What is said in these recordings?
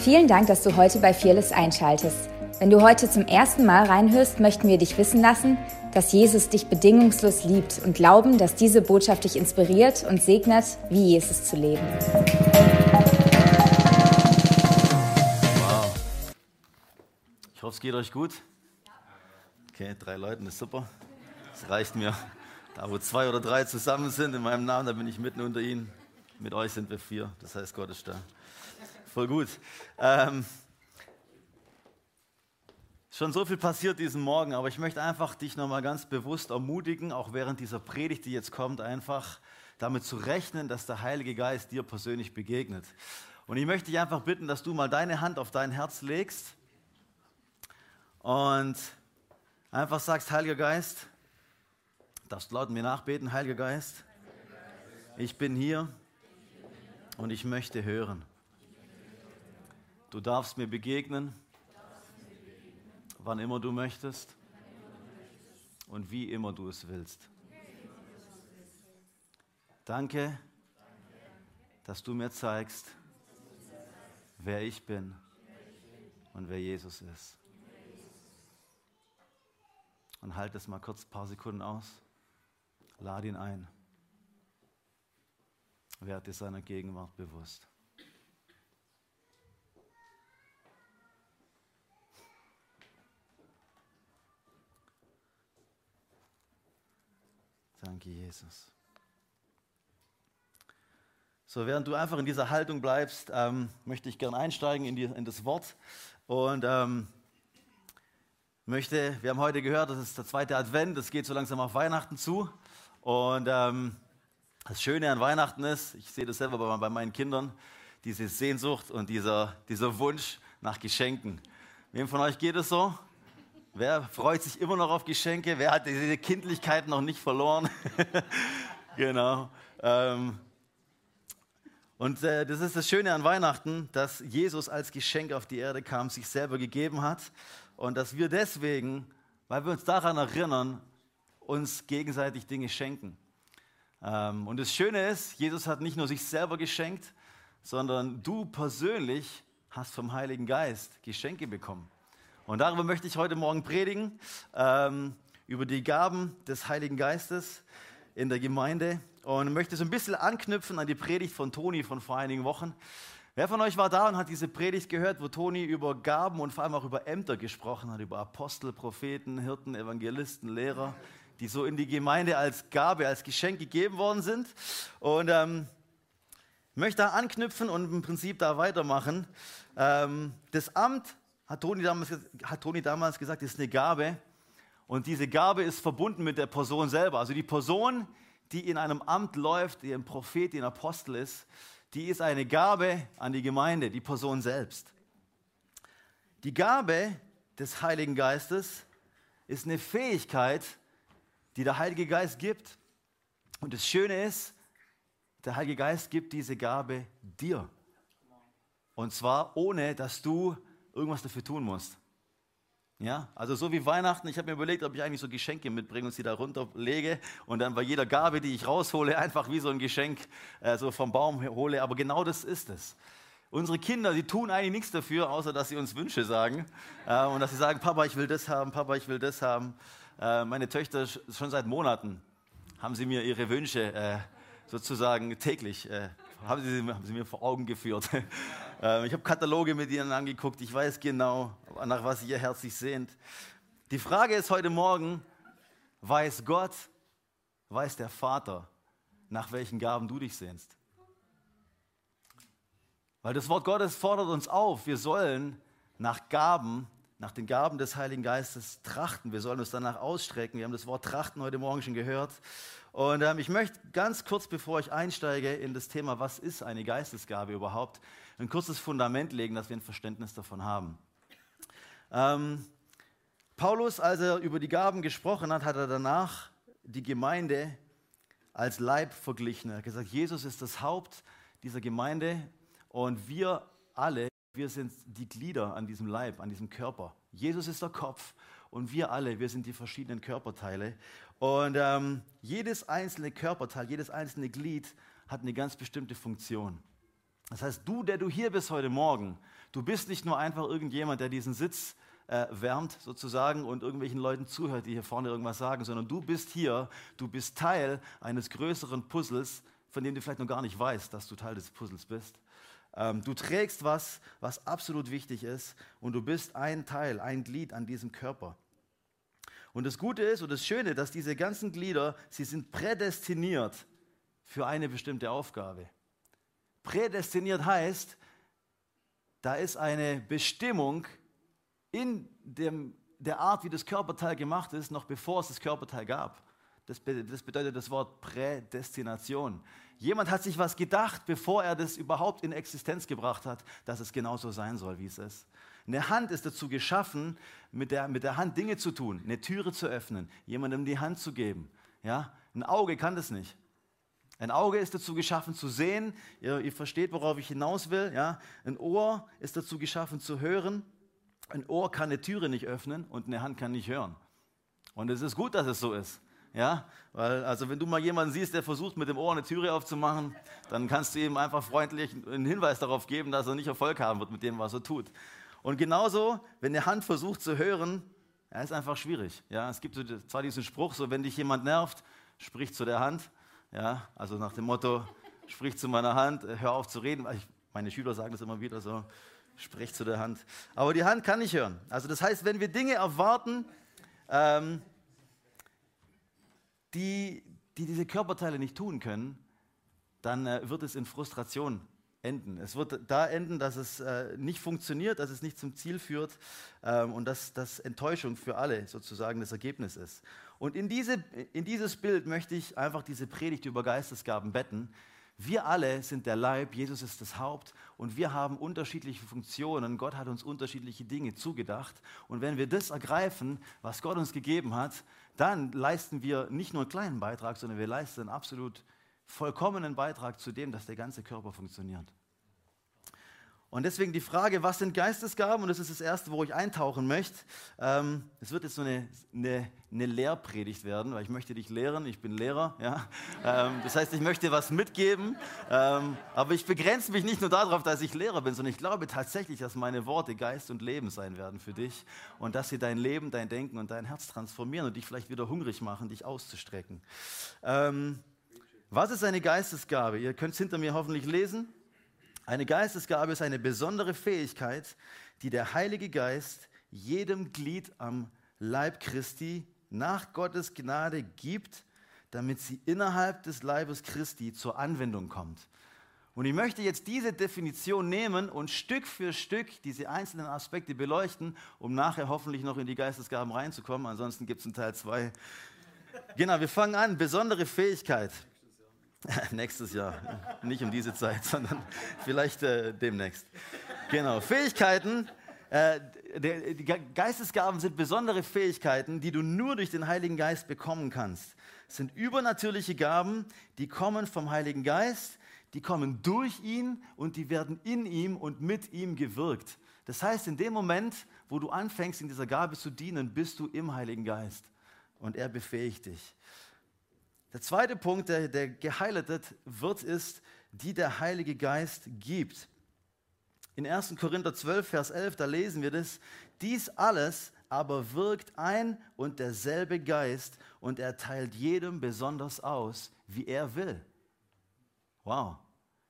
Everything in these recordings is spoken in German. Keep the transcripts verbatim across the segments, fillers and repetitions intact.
Vielen Dank, dass du heute bei Fearless einschaltest. Wenn du heute zum ersten Mal reinhörst, möchten wir dich wissen lassen, dass Jesus dich bedingungslos liebt und glauben, dass diese Botschaft dich inspiriert und segnet, wie Jesus zu leben. Wow. Ich hoffe, es geht euch gut. Okay, drei Leuten ist super. Das reicht mir. Da, wo zwei oder drei zusammen sind in meinem Namen, da bin ich mitten unter ihnen. Mit euch sind wir vier. Das heißt, Gott ist da. Voll gut. Ähm, schon so viel passiert diesen Morgen, aber ich möchte einfach dich nochmal ganz bewusst ermutigen, auch während dieser Predigt, die jetzt kommt, einfach damit zu rechnen, dass der Heilige Geist dir persönlich begegnet. Und ich möchte dich einfach bitten, dass du mal deine Hand auf dein Herz legst und einfach sagst, Heiliger Geist, darfst laut mir nachbeten, Heiliger Geist, ich bin hier und ich möchte hören. Du darfst mir begegnen, wann immer du möchtest und wie immer du es willst. Danke, dass du mir zeigst, wer ich bin und wer Jesus ist. Und halt es mal kurz ein paar Sekunden aus. Lad ihn ein. Werd dir seiner Gegenwart bewusst. Danke, Jesus. So, während du einfach in dieser Haltung bleibst, ähm, möchte ich gerne einsteigen in, die, in das Wort und ähm, möchte, wir haben heute gehört, das ist der zweite Advent, das geht so langsam auf Weihnachten zu und ähm, das Schöne an Weihnachten ist, ich sehe das selber bei, bei meinen Kindern, diese Sehnsucht und dieser, dieser Wunsch nach Geschenken. Wem von euch geht es so? Wer freut sich immer noch auf Geschenke? Wer hat diese Kindlichkeit noch nicht verloren? Genau. Ähm, und äh, das ist das Schöne an Weihnachten, dass Jesus als Geschenk auf die Erde kam, sich selber gegeben hat und dass wir deswegen, weil wir uns daran erinnern, uns gegenseitig Dinge schenken. Ähm, und das Schöne ist, Jesus hat nicht nur sich selber geschenkt, sondern du persönlich hast vom Heiligen Geist Geschenke bekommen. Und darüber möchte ich heute Morgen predigen, ähm, über die Gaben des Heiligen Geistes in der Gemeinde und möchte so ein bisschen anknüpfen an die Predigt von Toni von vor einigen Wochen. Wer von euch war da und hat diese Predigt gehört, wo Toni über Gaben und vor allem auch über Ämter gesprochen hat, über Apostel, Propheten, Hirten, Evangelisten, Lehrer, die so in die Gemeinde als Gabe, als Geschenk gegeben worden sind. Und ähm, möchte da anknüpfen und im Prinzip da weitermachen. Ähm, das Amt Hat Toni, damals, hat Toni damals gesagt, ist eine Gabe und diese Gabe ist verbunden mit der Person selber. Also die Person, die in einem Amt läuft, die ein Prophet, die ein Apostel ist, die ist eine Gabe an die Gemeinde, die Person selbst. Die Gabe des Heiligen Geistes ist eine Fähigkeit, die der Heilige Geist gibt. Und das Schöne ist, der Heilige Geist gibt diese Gabe dir. Und zwar ohne, dass du irgendwas dafür tun musst. Ja, also so wie Weihnachten, ich habe mir überlegt, ob ich eigentlich so Geschenke mitbringe und sie da runterlege und dann bei jeder Gabe, die ich raushole, einfach wie so ein Geschenk äh, so vom Baum hole. Aber genau das ist es. Unsere Kinder, die tun eigentlich nichts dafür, außer dass sie uns Wünsche sagen äh, und dass sie sagen, Papa, ich will das haben, Papa, ich will das haben. Äh, meine Töchter schon seit Monaten haben sie mir ihre Wünsche äh, sozusagen täglich äh, haben, sie, haben sie mir vor Augen geführt. Ich habe Kataloge mit ihnen angeguckt, ich weiß genau, nach was sie ihr Herz sich sehnt. Die Frage ist heute Morgen, weiß Gott, weiß der Vater, nach welchen Gaben du dich sehnst? Weil das Wort Gottes fordert uns auf, wir sollen nach Gaben, nach den Gaben des Heiligen Geistes trachten, wir sollen uns danach ausstrecken. Wir haben das Wort trachten heute Morgen schon gehört. Und ähm, ich möchte ganz kurz, bevor ich einsteige in das Thema, was ist eine Geistesgabe überhaupt, ein kurzes Fundament legen, dass wir ein Verständnis davon haben. Ähm, Paulus, als er über die Gaben gesprochen hat, hat er danach die Gemeinde als Leib verglichen. Er hat gesagt, Jesus ist das Haupt dieser Gemeinde und wir alle, wir sind die Glieder an diesem Leib, an diesem Körper. Jesus ist der Kopf und wir alle, wir sind die verschiedenen Körperteile. Und ähm, jedes einzelne Körperteil, jedes einzelne Glied hat eine ganz bestimmte Funktion. Das heißt, du, der du hier bist heute Morgen, du bist nicht nur einfach irgendjemand, der diesen Sitz äh, wärmt sozusagen und irgendwelchen Leuten zuhört, die hier vorne irgendwas sagen, sondern du bist hier, du bist Teil eines größeren Puzzles, von dem du vielleicht noch gar nicht weißt, dass du Teil des Puzzles bist. Ähm, du trägst was, was absolut wichtig ist und du bist ein Teil, ein Glied an diesem Körper. Und das Gute ist und das Schöne, dass diese ganzen Glieder, sie sind prädestiniert für eine bestimmte Aufgabe. Prädestiniert heißt, da ist eine Bestimmung in dem, der Art, wie das Körperteil gemacht ist, noch bevor es das Körperteil gab. Das, das bedeutet das Wort Prädestination. Jemand hat sich was gedacht, bevor er das überhaupt in Existenz gebracht hat, dass es genauso sein soll, wie es ist. Eine Hand ist dazu geschaffen, mit der, mit der Hand Dinge zu tun, eine Türe zu öffnen, jemandem die Hand zu geben. Ja? Ein Auge kann das nicht. Ein Auge ist dazu geschaffen zu sehen, ihr, ihr versteht, worauf ich hinaus will. Ja? Ein Ohr ist dazu geschaffen zu hören. Ein Ohr kann eine Türe nicht öffnen und eine Hand kann nicht hören. Und es ist gut, dass es so ist. Ja? Weil, also wenn du mal jemanden siehst, der versucht, mit dem Ohr eine Türe aufzumachen, dann kannst du ihm einfach freundlich einen Hinweis darauf geben, dass er nicht Erfolg haben wird mit dem, was er tut. Und genauso, wenn eine Hand versucht zu hören, ja, ist einfach schwierig. Ja? Es gibt so, zwar diesen Spruch, so wenn dich jemand nervt, sprich zu der Hand. Ja, also nach dem Motto, sprich zu meiner Hand, hör auf zu reden. Ich, meine Schüler sagen das immer wieder so, sprich zu der Hand. Aber die Hand kann nicht hören. Also das heißt, wenn wir Dinge erwarten, ähm, die, die diese Körperteile nicht tun können, dann äh, wird es in Frustration enden. Es wird da enden, dass es äh, nicht funktioniert, dass es nicht zum Ziel führt ähm, und dass, dass Enttäuschung für alle sozusagen das Ergebnis ist. Und in, diese, in dieses Bild möchte ich einfach diese Predigt über Geistesgaben betten. Wir alle sind der Leib, Jesus ist das Haupt und wir haben unterschiedliche Funktionen. Gott hat uns unterschiedliche Dinge zugedacht. Und wenn wir das ergreifen, was Gott uns gegeben hat, dann leisten wir nicht nur einen kleinen Beitrag, sondern wir leisten einen absolut vollkommenen Beitrag zu dem, dass der ganze Körper funktioniert. Und deswegen die Frage, was sind Geistesgaben? Und das ist das Erste, wo ich eintauchen möchte. Ähm, es wird jetzt so eine, eine, eine Lehrpredigt werden, weil ich möchte dich lehren, ich bin Lehrer. Ja? Ähm, das heißt, ich möchte was mitgeben, ähm, aber ich begrenze mich nicht nur darauf, dass ich Lehrer bin, sondern ich glaube tatsächlich, dass meine Worte Geist und Leben sein werden für dich und dass sie dein Leben, dein Denken und dein Herz transformieren und dich vielleicht wieder hungrig machen, dich auszustrecken. Ähm, was ist eine Geistesgabe? Ihr könnt es hinter mir hoffentlich lesen. Eine Geistesgabe ist eine besondere Fähigkeit, die der Heilige Geist jedem Glied am Leib Christi nach Gottes Gnade gibt, damit sie innerhalb des Leibes Christi zur Anwendung kommt. Und ich möchte jetzt diese Definition nehmen und Stück für Stück diese einzelnen Aspekte beleuchten, um nachher hoffentlich noch in die Geistesgaben reinzukommen. Ansonsten gibt es einen Teil zwei. Genau, wir fangen an. Besondere Fähigkeit. Nächstes Jahr, nicht um diese Zeit, sondern vielleicht äh, demnächst. Genau, Fähigkeiten, äh, der, die Geistesgaben sind besondere Fähigkeiten, die du nur durch den Heiligen Geist bekommen kannst. Es sind übernatürliche Gaben, die kommen vom Heiligen Geist, die kommen durch ihn und die werden in ihm und mit ihm gewirkt. Das heißt, in dem Moment, wo du anfängst, in dieser Gabe zu dienen, bist du im Heiligen Geist und er befähigt dich. Der zweite Punkt, der, der gehighlightet wird, ist, die der Heilige Geist gibt. In ersten Korinther zwölf, Vers elf, da lesen wir das. Dies alles aber wirkt ein und derselbe Geist und er teilt jedem besonders aus, wie er will. Wow.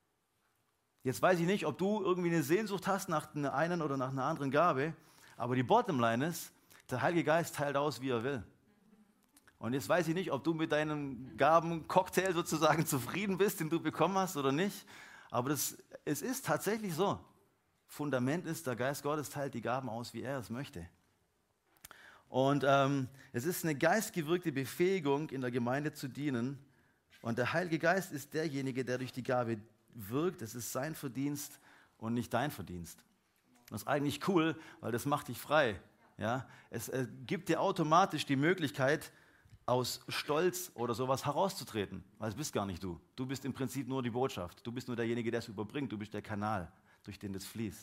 Jetzt weiß ich nicht, ob du irgendwie eine Sehnsucht hast nach einer einen oder nach einer anderen Gabe, aber die Bottomline ist, der Heilige Geist teilt aus, wie er will. Und jetzt weiß ich nicht, ob du mit deinem Gabencocktail sozusagen zufrieden bist, den du bekommen hast oder nicht. Aber das, es ist tatsächlich so. Fundament ist, der Geist Gottes teilt die Gaben aus, wie er es möchte. Und ähm, es ist eine geistgewirkte Befähigung, in der Gemeinde zu dienen. Und der Heilige Geist ist derjenige, der durch die Gabe wirkt. Es ist sein Verdienst und nicht dein Verdienst. Das ist eigentlich cool, weil das macht dich frei. Ja? Es äh, gibt dir automatisch die Möglichkeit, aus Stolz oder sowas herauszutreten, weil es bist gar nicht du. Du bist im Prinzip nur die Botschaft. Du bist nur derjenige, der es überbringt. Du bist der Kanal, durch den das fließt.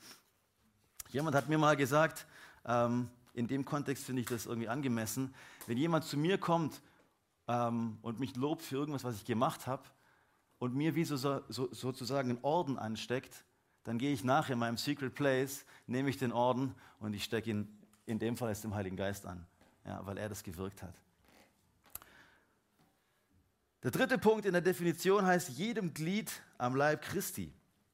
Jemand hat mir mal gesagt, ähm, in dem Kontext finde ich das irgendwie angemessen, wenn jemand zu mir kommt ähm, und mich lobt für irgendwas, was ich gemacht habe, und mir wie so, so, sozusagen einen Orden ansteckt, dann gehe ich nachher in meinem Secret Place, nehme ich den Orden und ich stecke ihn in dem Fall jetzt dem Heiligen Geist an, ja, weil er das gewirkt hat. Der dritte Punkt in der Definition heißt jedem Glied am Leib Christi.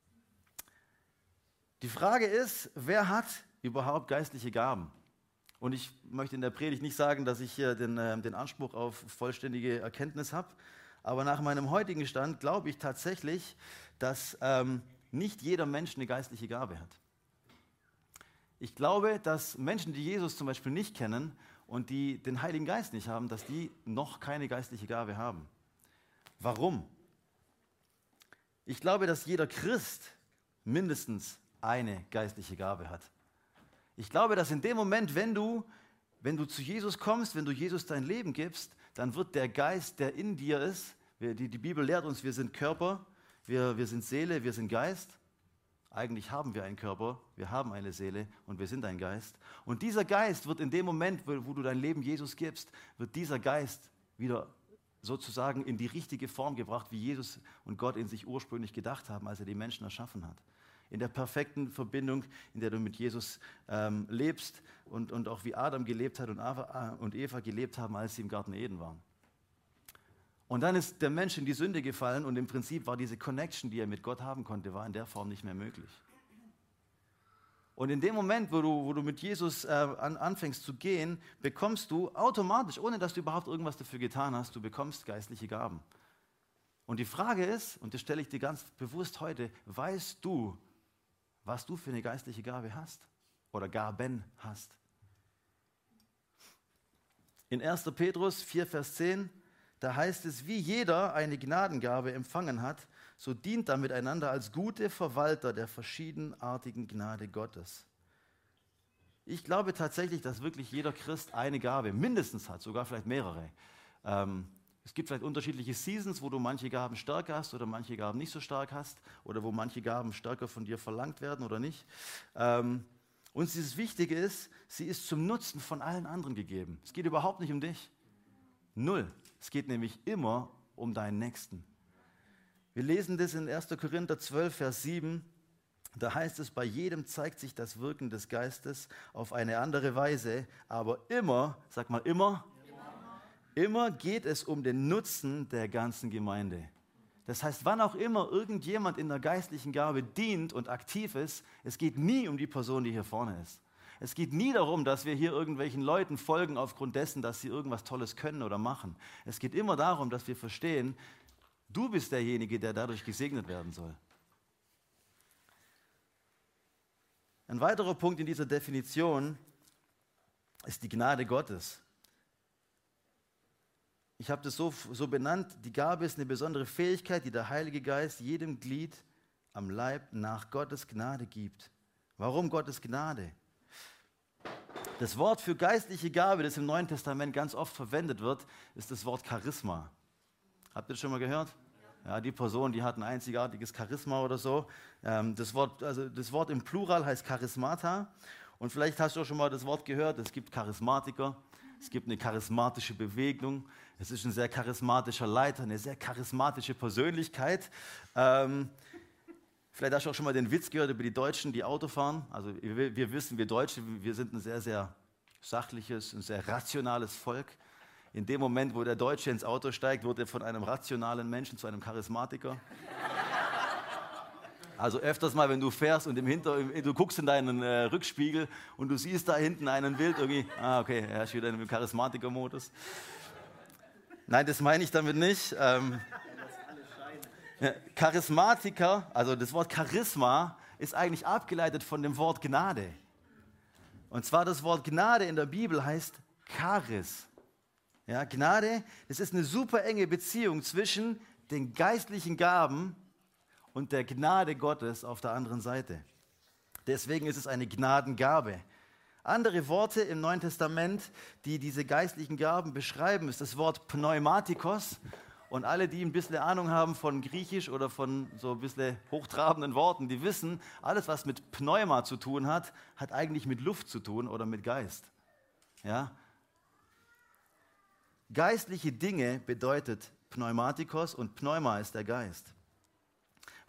Die Frage ist, wer hat überhaupt geistliche Gaben? Und ich möchte in der Predigt nicht sagen, dass ich hier den, äh, den Anspruch auf vollständige Erkenntnis habe, aber nach meinem heutigen Stand glaube ich tatsächlich, dass ähm, nicht jeder Mensch eine geistliche Gabe hat. Ich glaube, dass Menschen, die Jesus zum Beispiel nicht kennen und die den Heiligen Geist nicht haben, dass die noch keine geistliche Gabe haben. Warum? Ich glaube, dass jeder Christ mindestens eine geistliche Gabe hat. Ich glaube, dass in dem Moment, wenn du, wenn du zu Jesus kommst, wenn du Jesus dein Leben gibst, dann wird der Geist, der in dir ist, die, die Bibel lehrt uns, wir sind Körper, wir, wir sind Seele, wir sind Geist. Eigentlich haben wir einen Körper, wir haben eine Seele und wir sind ein Geist. Und dieser Geist wird in dem Moment, wo, wo du dein Leben Jesus gibst, wird dieser Geist wieder sozusagen in die richtige Form gebracht, wie Jesus und Gott in sich ursprünglich gedacht haben, als er die Menschen erschaffen hat. In der perfekten Verbindung, in der du mit Jesus ähm, lebst und, und auch wie Adam gelebt hat und Eva, und Eva gelebt haben, als sie im Garten Eden waren. Und dann ist der Mensch in die Sünde gefallen und im Prinzip war diese Connection, die er mit Gott haben konnte, war in der Form nicht mehr möglich. Und in dem Moment, wo du, wo du mit Jesus äh, an, anfängst zu gehen, bekommst du automatisch, ohne dass du überhaupt irgendwas dafür getan hast, du bekommst geistliche Gaben. Und die Frage ist, und das stelle ich dir ganz bewusst heute, weißt du, was du für eine geistliche Gabe hast oder Gaben hast? In erster Petrus vier, Vers zehn, da heißt es, wie jeder eine Gnadengabe empfangen hat, so dient er miteinander als gute Verwalter der verschiedenartigen Gnade Gottes. Ich glaube tatsächlich, dass wirklich jeder Christ eine Gabe mindestens hat, sogar vielleicht mehrere. Ähm, es gibt vielleicht unterschiedliche Seasons, wo du manche Gaben stärker hast oder manche Gaben nicht so stark hast oder wo manche Gaben stärker von dir verlangt werden oder nicht. Ähm, und das Wichtige ist, sie ist zum Nutzen von allen anderen gegeben. Es geht überhaupt nicht um dich. Null. Es geht nämlich immer um deinen Nächsten. Wir lesen das in erster Korinther zwölf, Vers sieben. Da heißt es, bei jedem zeigt sich das Wirken des Geistes auf eine andere Weise, aber immer, sag mal immer, immer, immer geht es um den Nutzen der ganzen Gemeinde. Das heißt, wann auch immer irgendjemand in der geistlichen Gabe dient und aktiv ist, es geht nie um die Person, die hier vorne ist. Es geht nie darum, dass wir hier irgendwelchen Leuten folgen aufgrund dessen, dass sie irgendwas Tolles können oder machen. Es geht immer darum, dass wir verstehen, du bist derjenige, der dadurch gesegnet werden soll. Ein weiterer Punkt in dieser Definition ist die Gnade Gottes. Ich habe das so, so benannt, die Gabe ist eine besondere Fähigkeit, die der Heilige Geist jedem Glied am Leib nach Gottes Gnade gibt. Warum Gottes Gnade? Das Wort für geistliche Gabe, das im Neuen Testament ganz oft verwendet wird, ist das Wort Charisma. Habt ihr das schon mal gehört? Ja, die Person, die hat ein einzigartiges Charisma oder so. Das Wort, also das Wort im Plural heißt Charismata. Und vielleicht hast du auch schon mal das Wort gehört, es gibt Charismatiker, es gibt eine charismatische Bewegung, es ist ein sehr charismatischer Leiter, eine sehr charismatische Persönlichkeit. Ähm, vielleicht hast du auch schon mal den Witz gehört über die Deutschen, die Auto fahren. Also wir, wir wissen, wir Deutsche, wir sind ein sehr, sehr sachliches, ein sehr rationales Volk. In dem Moment, wo der Deutsche ins Auto steigt, wird er von einem rationalen Menschen zu einem Charismatiker. Also öfters mal, wenn du fährst und im Hinter, du guckst in deinen äh, Rückspiegel und du siehst da hinten einen Wild irgendwie, ah okay, er ist wieder im Charismatiker-Modus. Nein, das meine ich damit nicht. Ähm, ja, Charismatiker, also das Wort Charisma, ist eigentlich abgeleitet von dem Wort Gnade. Und zwar das Wort Gnade in der Bibel heißt Charis. Ja, Gnade, das ist eine super enge Beziehung zwischen den geistlichen Gaben und der Gnade Gottes auf der anderen Seite. Deswegen ist es eine Gnadengabe. Andere Worte im Neuen Testament, die diese geistlichen Gaben beschreiben, ist das Wort Pneumatikos. Und alle, die ein bisschen Ahnung haben von Griechisch oder von so ein bisschen hochtrabenden Worten, die wissen, alles, was mit Pneuma zu tun hat, hat eigentlich mit Luft zu tun oder mit Geist. Ja? Geistliche Dinge bedeutet Pneumatikos und Pneuma ist der Geist.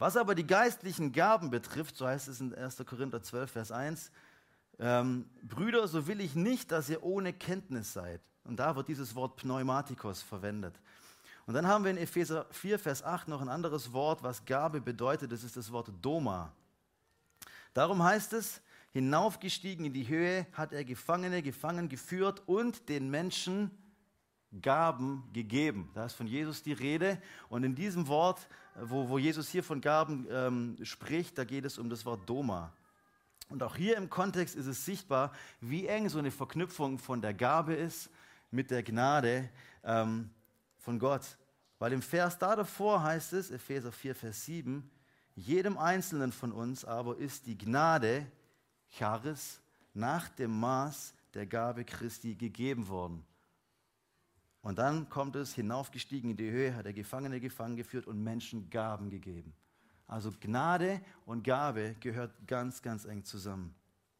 Was aber die geistlichen Gaben betrifft, so heißt es in erster Korinther zwölf, Vers eins, ähm, Brüder, so will ich nicht, dass ihr ohne Kenntnis seid. Und da wird dieses Wort Pneumatikos verwendet. Und dann haben wir in Epheser vier, Vers acht noch ein anderes Wort, was Gabe bedeutet, das ist das Wort Doma. Darum heißt es, hinaufgestiegen in die Höhe hat er Gefangene gefangen geführt und den Menschen Gaben gegeben. Da ist von Jesus die Rede. Und in diesem Wort, wo, wo Jesus hier von Gaben ähm, spricht, da geht es um das Wort Doma. Und auch hier im Kontext ist es sichtbar, wie eng so eine Verknüpfung von der Gabe ist mit der Gnade ähm, von Gott. Weil im Vers da davor heißt es, Epheser vier, Vers sieben, jedem Einzelnen von uns aber ist die Gnade, Charis, nach dem Maß der Gabe Christi gegeben worden. Und dann kommt es, hinaufgestiegen in die Höhe, hat er Gefangene gefangen geführt und Menschen Gaben gegeben. Also Gnade und Gabe gehört ganz, ganz eng zusammen.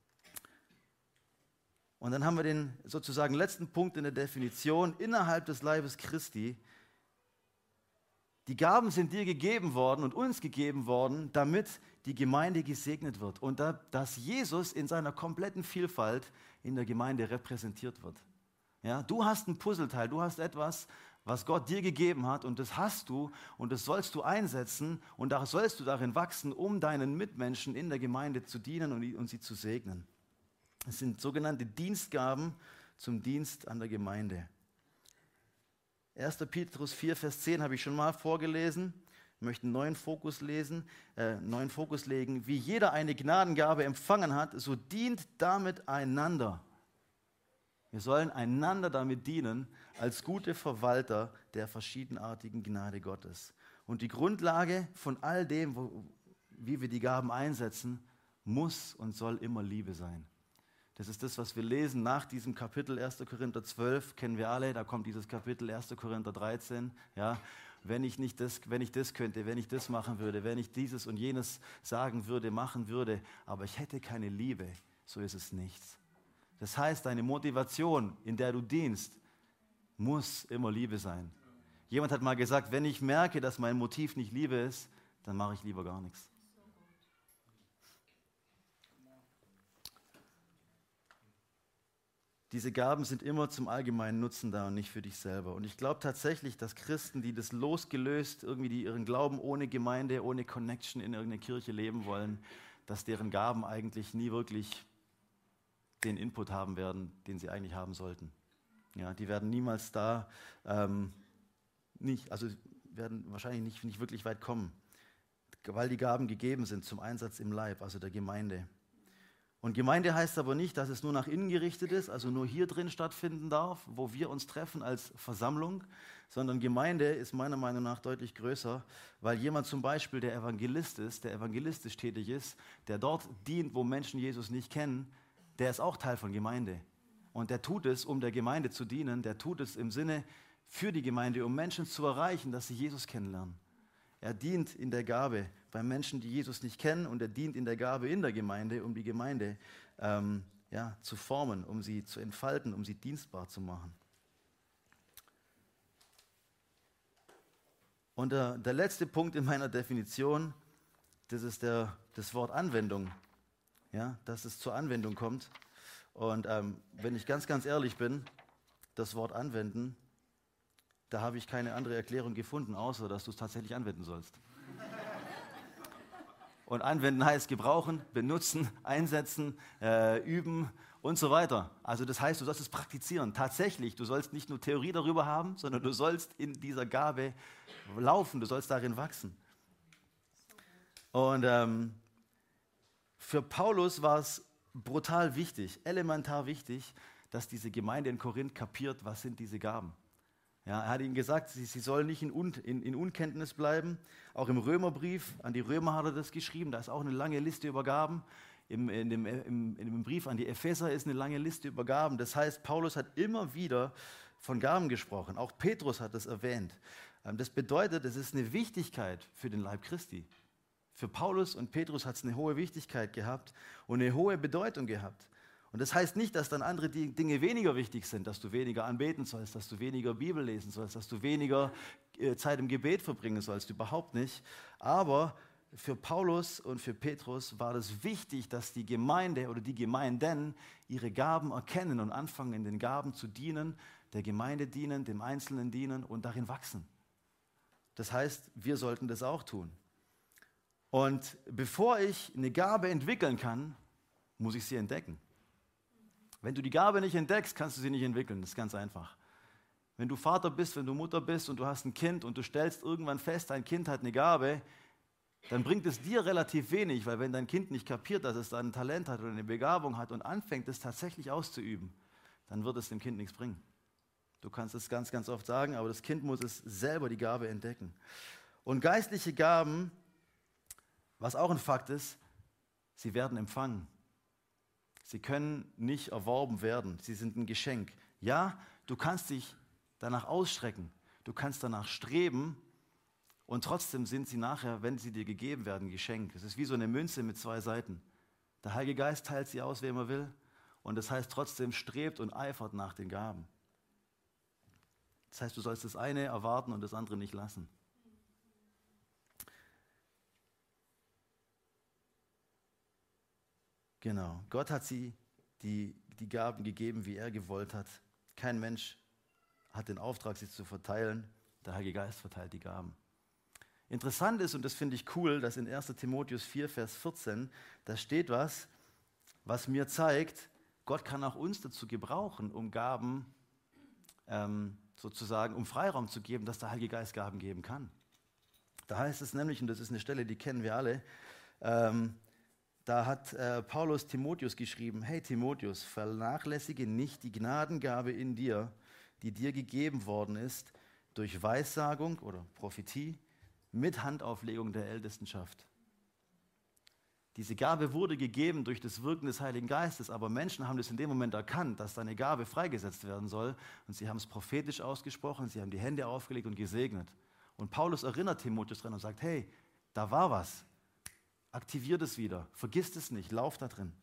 Und dann haben wir den sozusagen letzten Punkt in der Definition innerhalb des Leibes Christi. Die Gaben sind dir gegeben worden und uns gegeben worden, damit die Gemeinde gesegnet wird und da, dass Jesus in seiner kompletten Vielfalt in der Gemeinde repräsentiert wird. Ja, du hast ein Puzzleteil, du hast etwas, was Gott dir gegeben hat und das hast du und das sollst du einsetzen und da sollst du darin wachsen, um deinen Mitmenschen in der Gemeinde zu dienen und, und sie zu segnen. Es sind sogenannte Dienstgaben zum Dienst an der Gemeinde. erster Petrus vier, Vers zehn habe ich schon mal vorgelesen. Ich möchte einen neuen Fokus lesen, äh, neuen Fokus legen. Wie jeder eine Gnadengabe empfangen hat, so dient damit einander. Wir sollen einander damit dienen, als gute Verwalter der verschiedenartigen Gnade Gottes. Und die Grundlage von all dem, wo, wie wir die Gaben einsetzen, muss und soll immer Liebe sein. Das ist das, was wir lesen nach diesem Kapitel erster Korinther zwölf, kennen wir alle, da kommt dieses Kapitel erster Korinther dreizehn. Ja, wenn ich nicht das, wenn ich das könnte, wenn ich das machen würde, wenn ich dieses und jenes sagen würde, machen würde, aber ich hätte keine Liebe, so ist es nichts. Das heißt, deine Motivation, in der du dienst, muss immer Liebe sein. Jemand hat mal gesagt, wenn ich merke, dass mein Motiv nicht Liebe ist, dann mache ich lieber gar nichts. Diese Gaben sind immer zum allgemeinen Nutzen da und nicht für dich selber. Und ich glaube tatsächlich, dass Christen, die das losgelöst, irgendwie die ihren Glauben ohne Gemeinde, ohne Connection in irgendeine Kirche leben wollen, dass deren Gaben eigentlich nie wirklich den Input haben werden, den sie eigentlich haben sollten. Ja, die werden niemals da, ähm, nicht, also werden wahrscheinlich nicht, nicht wirklich weit kommen, weil die Gaben gegeben sind zum Einsatz im Leib, also der Gemeinde. Und Gemeinde heißt aber nicht, dass es nur nach innen gerichtet ist, also nur hier drin stattfinden darf, wo wir uns treffen als Versammlung, sondern Gemeinde ist meiner Meinung nach deutlich größer, weil jemand zum Beispiel, der Evangelist ist, der evangelistisch tätig ist, der dort dient, wo Menschen Jesus nicht kennen, der ist auch Teil von Gemeinde. Und der tut es, um der Gemeinde zu dienen, der tut es im Sinne für die Gemeinde, um Menschen zu erreichen, dass sie Jesus kennenlernen. Er dient in der Gabe bei Menschen, die Jesus nicht kennen, und er dient in der Gabe in der Gemeinde, um die Gemeinde ähm, ja, zu formen, um sie zu entfalten, um sie dienstbar zu machen. Und der, der letzte Punkt in meiner Definition, das ist der, das Wort Anwendung, ja, dass es zur Anwendung kommt. Und ähm, wenn ich ganz, ganz ehrlich bin, das Wort anwenden, da habe ich keine andere Erklärung gefunden, außer dass du es tatsächlich anwenden sollst. Und anwenden heißt gebrauchen, benutzen, einsetzen, äh, üben und so weiter. Also das heißt, du sollst es praktizieren. Tatsächlich, du sollst nicht nur Theorie darüber haben, sondern du sollst in dieser Gabe laufen, du sollst darin wachsen. Und ähm, für Paulus war es brutal wichtig, elementar wichtig, dass diese Gemeinde in Korinth kapiert, was sind diese Gaben. Ja, er hat ihnen gesagt, sie, sie sollen nicht in, Un, in, in Unkenntnis bleiben. Auch im Römerbrief, an die Römer hat er das geschrieben, da ist auch eine lange Liste über Gaben. Im, in, dem, im, in dem Brief an die Epheser ist eine lange Liste über Gaben. Das heißt, Paulus hat immer wieder von Gaben gesprochen. Auch Petrus hat das erwähnt. Das bedeutet, es ist eine Wichtigkeit für den Leib Christi. Für Paulus und Petrus hat es eine hohe Wichtigkeit gehabt und eine hohe Bedeutung gehabt. Und das heißt nicht, dass dann andere Dinge weniger wichtig sind, dass du weniger anbeten sollst, dass du weniger Bibel lesen sollst, dass du weniger Zeit im Gebet verbringen sollst, überhaupt nicht. Aber für Paulus und für Petrus war es wichtig, dass die Gemeinde oder die Gemeinden ihre Gaben erkennen und anfangen, in den Gaben zu dienen, der Gemeinde dienen, dem Einzelnen dienen und darin wachsen. Das heißt, wir sollten das auch tun. Und bevor ich eine Gabe entwickeln kann, muss ich sie entdecken. Wenn du die Gabe nicht entdeckst, kannst du sie nicht entwickeln. Das ist ganz einfach. Wenn du Vater bist, wenn du Mutter bist und du hast ein Kind und du stellst irgendwann fest, dein Kind hat eine Gabe, dann bringt es dir relativ wenig, weil wenn dein Kind nicht kapiert, dass es da ein Talent hat oder eine Begabung hat und anfängt, es tatsächlich auszuüben, dann wird es dem Kind nichts bringen. Du kannst es ganz, ganz oft sagen, aber das Kind muss es selber die Gabe entdecken. Und geistliche Gaben, was auch ein Fakt ist, sie werden empfangen. Sie können nicht erworben werden. Sie sind ein Geschenk. Ja, du kannst dich danach ausstrecken. Du kannst danach streben und trotzdem sind sie nachher, wenn sie dir gegeben werden, ein Geschenk. Es ist wie so eine Münze mit zwei Seiten. Der Heilige Geist teilt sie aus, wem er will. Und das heißt trotzdem, strebt und eifert nach den Gaben. Das heißt, du sollst das eine erwarten und das andere nicht lassen. Genau. Gott hat sie die, die Gaben gegeben, wie er gewollt hat. Kein Mensch hat den Auftrag, sie zu verteilen. Der Heilige Geist verteilt die Gaben. Interessant ist, und das finde ich cool, dass in erster Timotheus vier, Vers vierzehn, da steht was, was mir zeigt, Gott kann auch uns dazu gebrauchen, um Gaben ähm, sozusagen, um Freiraum zu geben, dass der Heilige Geist Gaben geben kann. Da heißt es nämlich, und das ist eine Stelle, die kennen wir alle, ähm, da hat äh, Paulus Timotheus geschrieben, hey Timotheus, vernachlässige nicht die Gnadengabe in dir, die dir gegeben worden ist, durch Weissagung oder Prophetie, mit Handauflegung der Ältestenschaft. Diese Gabe wurde gegeben durch das Wirken des Heiligen Geistes, aber Menschen haben das in dem Moment erkannt, dass da eine Gabe freigesetzt werden soll und sie haben es prophetisch ausgesprochen, sie haben die Hände aufgelegt und gesegnet. Und Paulus erinnert Timotheus dran und sagt, hey, da war was. Aktivier das wieder, vergiss es nicht, lauf da drin.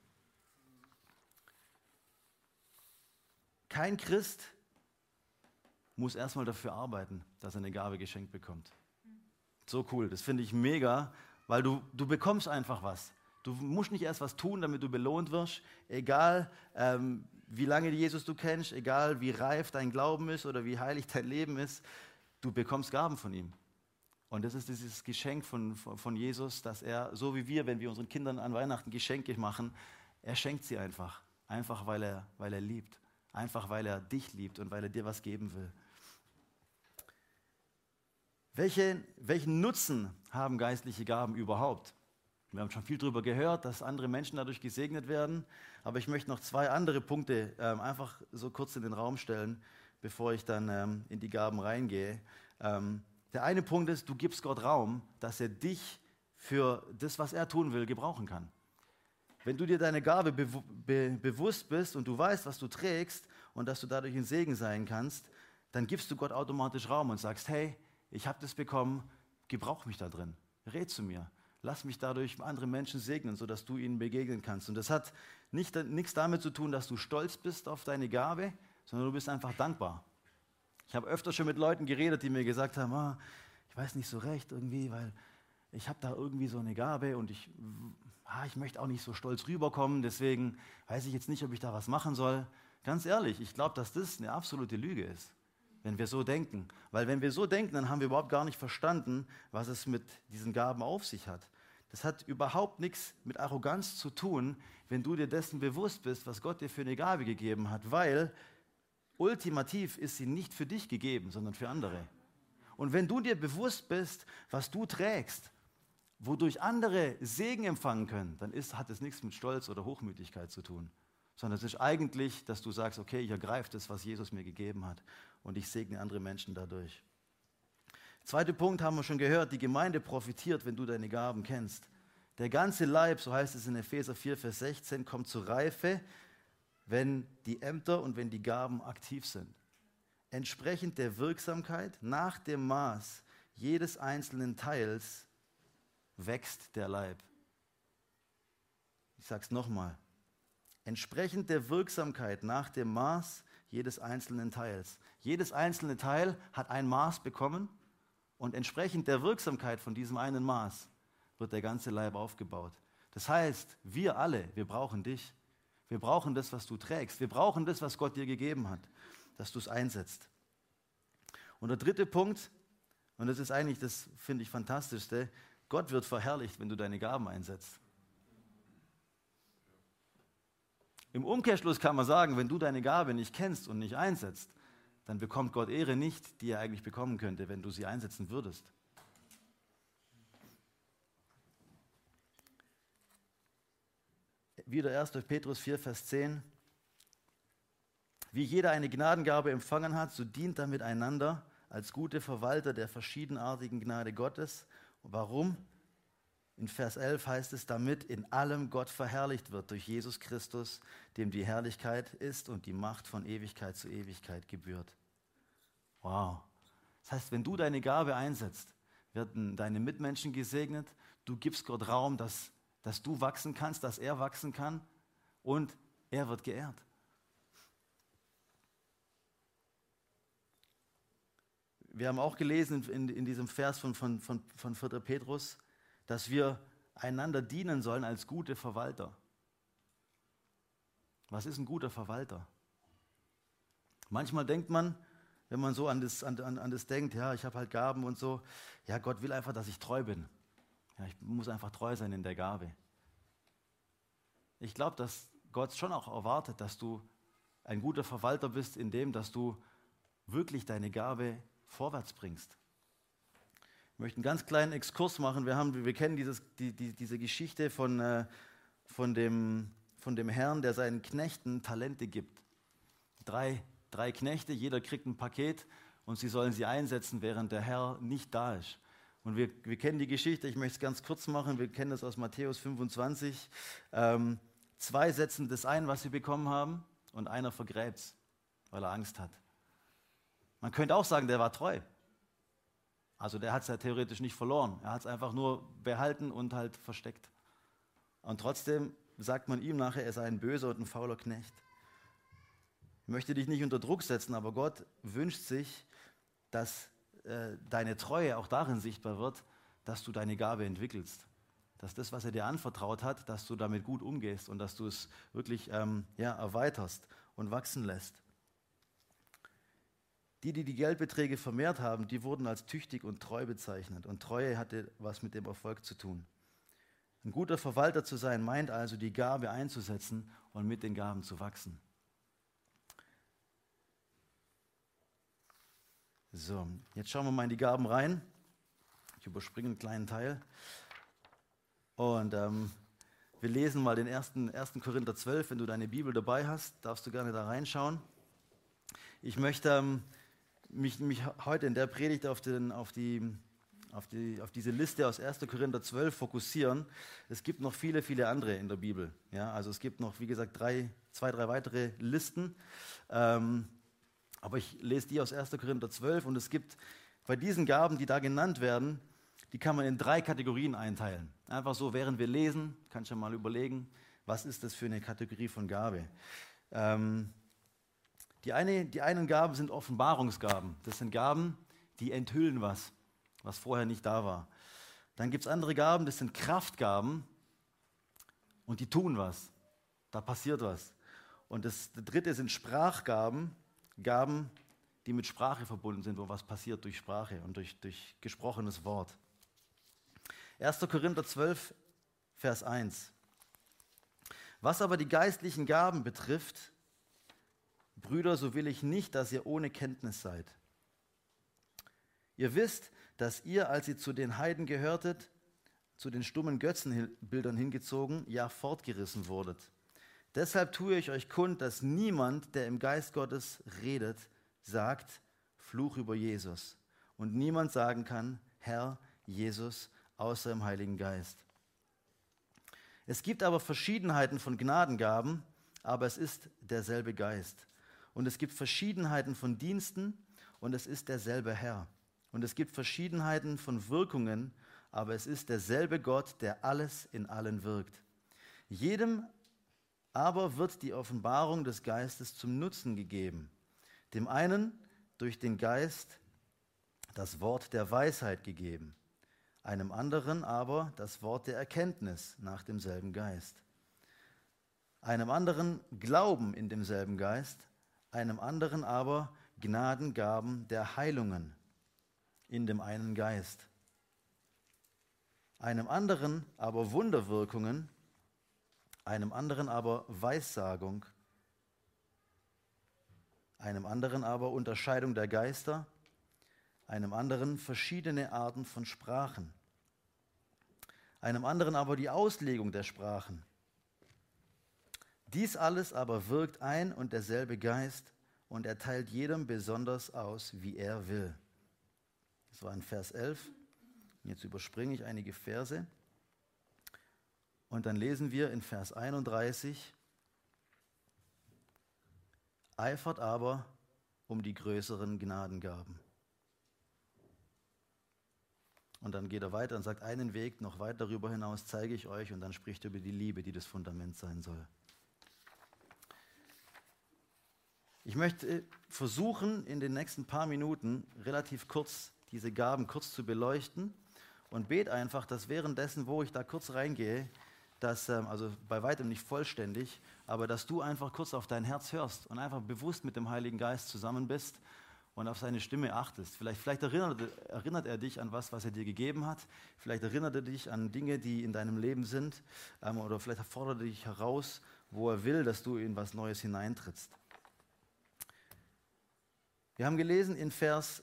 Kein Christ muss erstmal dafür arbeiten, dass er eine Gabe geschenkt bekommt. So cool, das finde ich mega, weil du, du bekommst einfach was. Du musst nicht erst was tun, damit du belohnt wirst, egal ähm, wie lange Jesus du kennst, egal wie reif dein Glauben ist oder wie heilig dein Leben ist, du bekommst Gaben von ihm. Und das ist dieses Geschenk von, von Jesus, dass er, so wie wir, wenn wir unseren Kindern an Weihnachten Geschenke machen, er schenkt sie einfach. Einfach, weil er, weil er liebt. Einfach, weil er dich liebt und weil er dir was geben will. Welche, welchen Nutzen haben geistliche Gaben überhaupt? Wir haben schon viel darüber gehört, dass andere Menschen dadurch gesegnet werden. Aber ich möchte noch zwei andere Punkte ähm, einfach so kurz in den Raum stellen, bevor ich dann ähm, in die Gaben reingehe. Ähm, Der eine Punkt ist, du gibst Gott Raum, dass er dich für das, was er tun will, gebrauchen kann. Wenn du dir deine Gabe be- be- bewusst bist und du weißt, was du trägst und dass du dadurch ein Segen sein kannst, dann gibst du Gott automatisch Raum und sagst, hey, ich habe das bekommen, gebrauch mich da drin, red zu mir, lass mich dadurch andere Menschen segnen, sodass du ihnen begegnen kannst. Und das hat nicht, nichts damit zu tun, dass du stolz bist auf deine Gabe, sondern du bist einfach dankbar. Ich habe öfter schon mit Leuten geredet, die mir gesagt haben, ah, ich weiß nicht so recht irgendwie, weil ich habe da irgendwie so eine Gabe und ich, ah, ich möchte auch nicht so stolz rüberkommen, deswegen weiß ich jetzt nicht, ob ich da was machen soll. Ganz ehrlich, ich glaube, dass das eine absolute Lüge ist, wenn wir so denken. Weil wenn wir so denken, dann haben wir überhaupt gar nicht verstanden, was es mit diesen Gaben auf sich hat. Das hat überhaupt nichts mit Arroganz zu tun, wenn du dir dessen bewusst bist, was Gott dir für eine Gabe gegeben hat, weil ultimativ ist sie nicht für dich gegeben, sondern für andere. Und wenn du dir bewusst bist, was du trägst, wodurch andere Segen empfangen können, dann ist, hat es nichts mit Stolz oder Hochmütigkeit zu tun, sondern es ist eigentlich, dass du sagst, okay, ich ergreife das, was Jesus mir gegeben hat und ich segne andere Menschen dadurch. Zweiter Punkt haben wir schon gehört, die Gemeinde profitiert, wenn du deine Gaben kennst. Der ganze Leib, so heißt es in Epheser vier, Vers sechzehn, kommt zur Reife, wenn die Ämter und wenn die Gaben aktiv sind. Entsprechend der Wirksamkeit nach dem Maß jedes einzelnen Teils wächst der Leib. Ich sage es nochmal. Entsprechend der Wirksamkeit nach dem Maß jedes einzelnen Teils. Jedes einzelne Teil hat ein Maß bekommen und entsprechend der Wirksamkeit von diesem einen Maß wird der ganze Leib aufgebaut. Das heißt, wir alle, wir brauchen dich. Wir brauchen das, was du trägst. Wir brauchen das, was Gott dir gegeben hat, dass du es einsetzt. Und der dritte Punkt, und das ist eigentlich das, finde ich, Fantastischste, Gott wird verherrlicht, wenn du deine Gaben einsetzt. Im Umkehrschluss kann man sagen, wenn du deine Gabe nicht kennst und nicht einsetzt, dann bekommt Gott Ehre nicht, die er eigentlich bekommen könnte, wenn du sie einsetzen würdest. Wieder erster Petrus vier, Vers zehn. Wie jeder eine Gnadengabe empfangen hat, so dient damit einander als gute Verwalter der verschiedenartigen Gnade Gottes. Warum? In Vers elf heißt es, damit in allem Gott verherrlicht wird durch Jesus Christus, dem die Herrlichkeit ist und die Macht von Ewigkeit zu Ewigkeit gebührt. Wow. Das heißt, wenn du deine Gabe einsetzt, werden deine Mitmenschen gesegnet, du gibst Gott Raum, dass, dass du wachsen kannst, dass er wachsen kann und er wird geehrt. Wir haben auch gelesen in, in diesem Vers von, von, von, von vierter Petrus, dass wir einander dienen sollen als gute Verwalter. Was ist ein guter Verwalter? Manchmal denkt man, wenn man so an das, an, an das denkt, ja, ich habe halt Gaben und so, ja, Gott will einfach, dass ich treu bin. Ja, ich muss einfach treu sein in der Gabe. Ich glaube, dass Gott schon auch erwartet, dass du ein guter Verwalter bist, in dem, dass du wirklich deine Gabe vorwärts bringst. Ich möchte einen ganz kleinen Exkurs machen. Wir, haben, wir kennen dieses, die, die, diese Geschichte von, äh, von, dem, von dem Herrn, der seinen Knechten Talente gibt. Drei, drei Knechte, jeder kriegt ein Paket und sie sollen sie einsetzen, während der Herr nicht da ist. Und wir, wir kennen die Geschichte, ich möchte es ganz kurz machen, wir kennen das aus Matthäus fünfundzwanzig. Ähm, zwei setzen das ein, was sie bekommen haben, und einer vergräbt es, weil er Angst hat. Man könnte auch sagen, der war treu. Also der hat es ja theoretisch nicht verloren. Er hat es einfach nur behalten und halt versteckt. Und trotzdem sagt man ihm nachher, er sei ein böser und ein fauler Knecht. Ich möchte dich nicht unter Druck setzen, aber Gott wünscht sich, dass äh, deine Treue auch darin sichtbar wird, dass du deine Gabe entwickelst. Dass das, was er dir anvertraut hat, dass du damit gut umgehst und dass du es wirklich ähm, ja, erweiterst und wachsen lässt. Die, die die Geldbeträge vermehrt haben, die wurden als tüchtig und treu bezeichnet. Und Treue hatte was mit dem Erfolg zu tun. Ein guter Verwalter zu sein, meint also, die Gabe einzusetzen und mit den Gaben zu wachsen. So, jetzt schauen wir mal in die Gaben rein. Ich überspringe einen kleinen Teil. Und ähm, wir lesen mal den ersten, ersten Korinther zwölf. Wenn du deine Bibel dabei hast, darfst du gerne da reinschauen. Ich möchte ähm, mich, mich heute in der Predigt auf, den, auf, die, auf, die, auf diese Liste aus erster Korinther zwölf fokussieren. Es gibt noch viele, viele andere in der Bibel. Ja, also es gibt noch, wie gesagt, drei, zwei, drei weitere Listen. Ähm, aber ich lese die aus erster Korinther zwölf und es gibt bei diesen Gaben, die da genannt werden, die kann man in drei Kategorien einteilen. Einfach so, während wir lesen, kannst du mal überlegen, was ist das für eine Kategorie von Gabe. Ähm, Die, eine, die einen Gaben sind Offenbarungsgaben. Das sind Gaben, die enthüllen was, was vorher nicht da war. Dann gibt es andere Gaben, das sind Kraftgaben und die tun was. Da passiert was. Und das, das dritte sind Sprachgaben, Gaben, die mit Sprache verbunden sind, wo was passiert durch Sprache und durch, durch gesprochenes Wort. erster Korinther zwölf, Vers eins. Was aber die geistlichen Gaben betrifft, Brüder, so will ich nicht, dass ihr ohne Kenntnis seid. Ihr wisst, dass ihr, als ihr zu den Heiden gehörtet, zu den stummen Götzenbildern hingezogen, ja fortgerissen wurdet. Deshalb tue ich euch kund, dass niemand, der im Geist Gottes redet, sagt, Fluch über Jesus. Und niemand sagen kann, Herr Jesus, außer im Heiligen Geist. Es gibt aber Verschiedenheiten von Gnadengaben, aber es ist derselbe Geist. Und es gibt Verschiedenheiten von Diensten und es ist derselbe Herr. Und es gibt Verschiedenheiten von Wirkungen, aber es ist derselbe Gott, der alles in allen wirkt. Jedem aber wird die Offenbarung des Geistes zum Nutzen gegeben. Dem einen durch den Geist das Wort der Weisheit gegeben, einem anderen aber das Wort der Erkenntnis nach demselben Geist, einem anderen Glauben in demselben Geist, einem anderen aber Gnadengaben der Heilungen in dem einen Geist, einem anderen aber Wunderwirkungen, einem anderen aber Weissagung, einem anderen aber Unterscheidung der Geister, einem anderen verschiedene Arten von Sprachen, einem anderen aber die Auslegung der Sprachen. Dies alles aber wirkt ein und derselbe Geist, und er teilt jedem besonders aus, wie er will. Das war in Vers elf. Jetzt überspringe ich einige Verse. Und dann lesen wir in Vers einunddreißig, eifert aber um die größeren Gnadengaben. Und dann geht er weiter und sagt, einen Weg noch weit darüber hinaus zeige ich euch, und dann spricht er über die Liebe, die das Fundament sein soll. Ich möchte versuchen, in den nächsten paar Minuten relativ kurz diese Gaben kurz zu beleuchten und bete einfach, dass währenddessen, wo ich da kurz reingehe, dass, also bei weitem nicht vollständig, aber dass du einfach kurz auf dein Herz hörst und einfach bewusst mit dem Heiligen Geist zusammen bist und auf seine Stimme achtest. Vielleicht, vielleicht erinnert, erinnert er dich an was, was er dir gegeben hat. Vielleicht erinnert er dich an Dinge, die in deinem Leben sind. Ähm, oder vielleicht fordert er dich heraus, wo er will, dass du in was Neues hineintrittst. Wir haben gelesen in Vers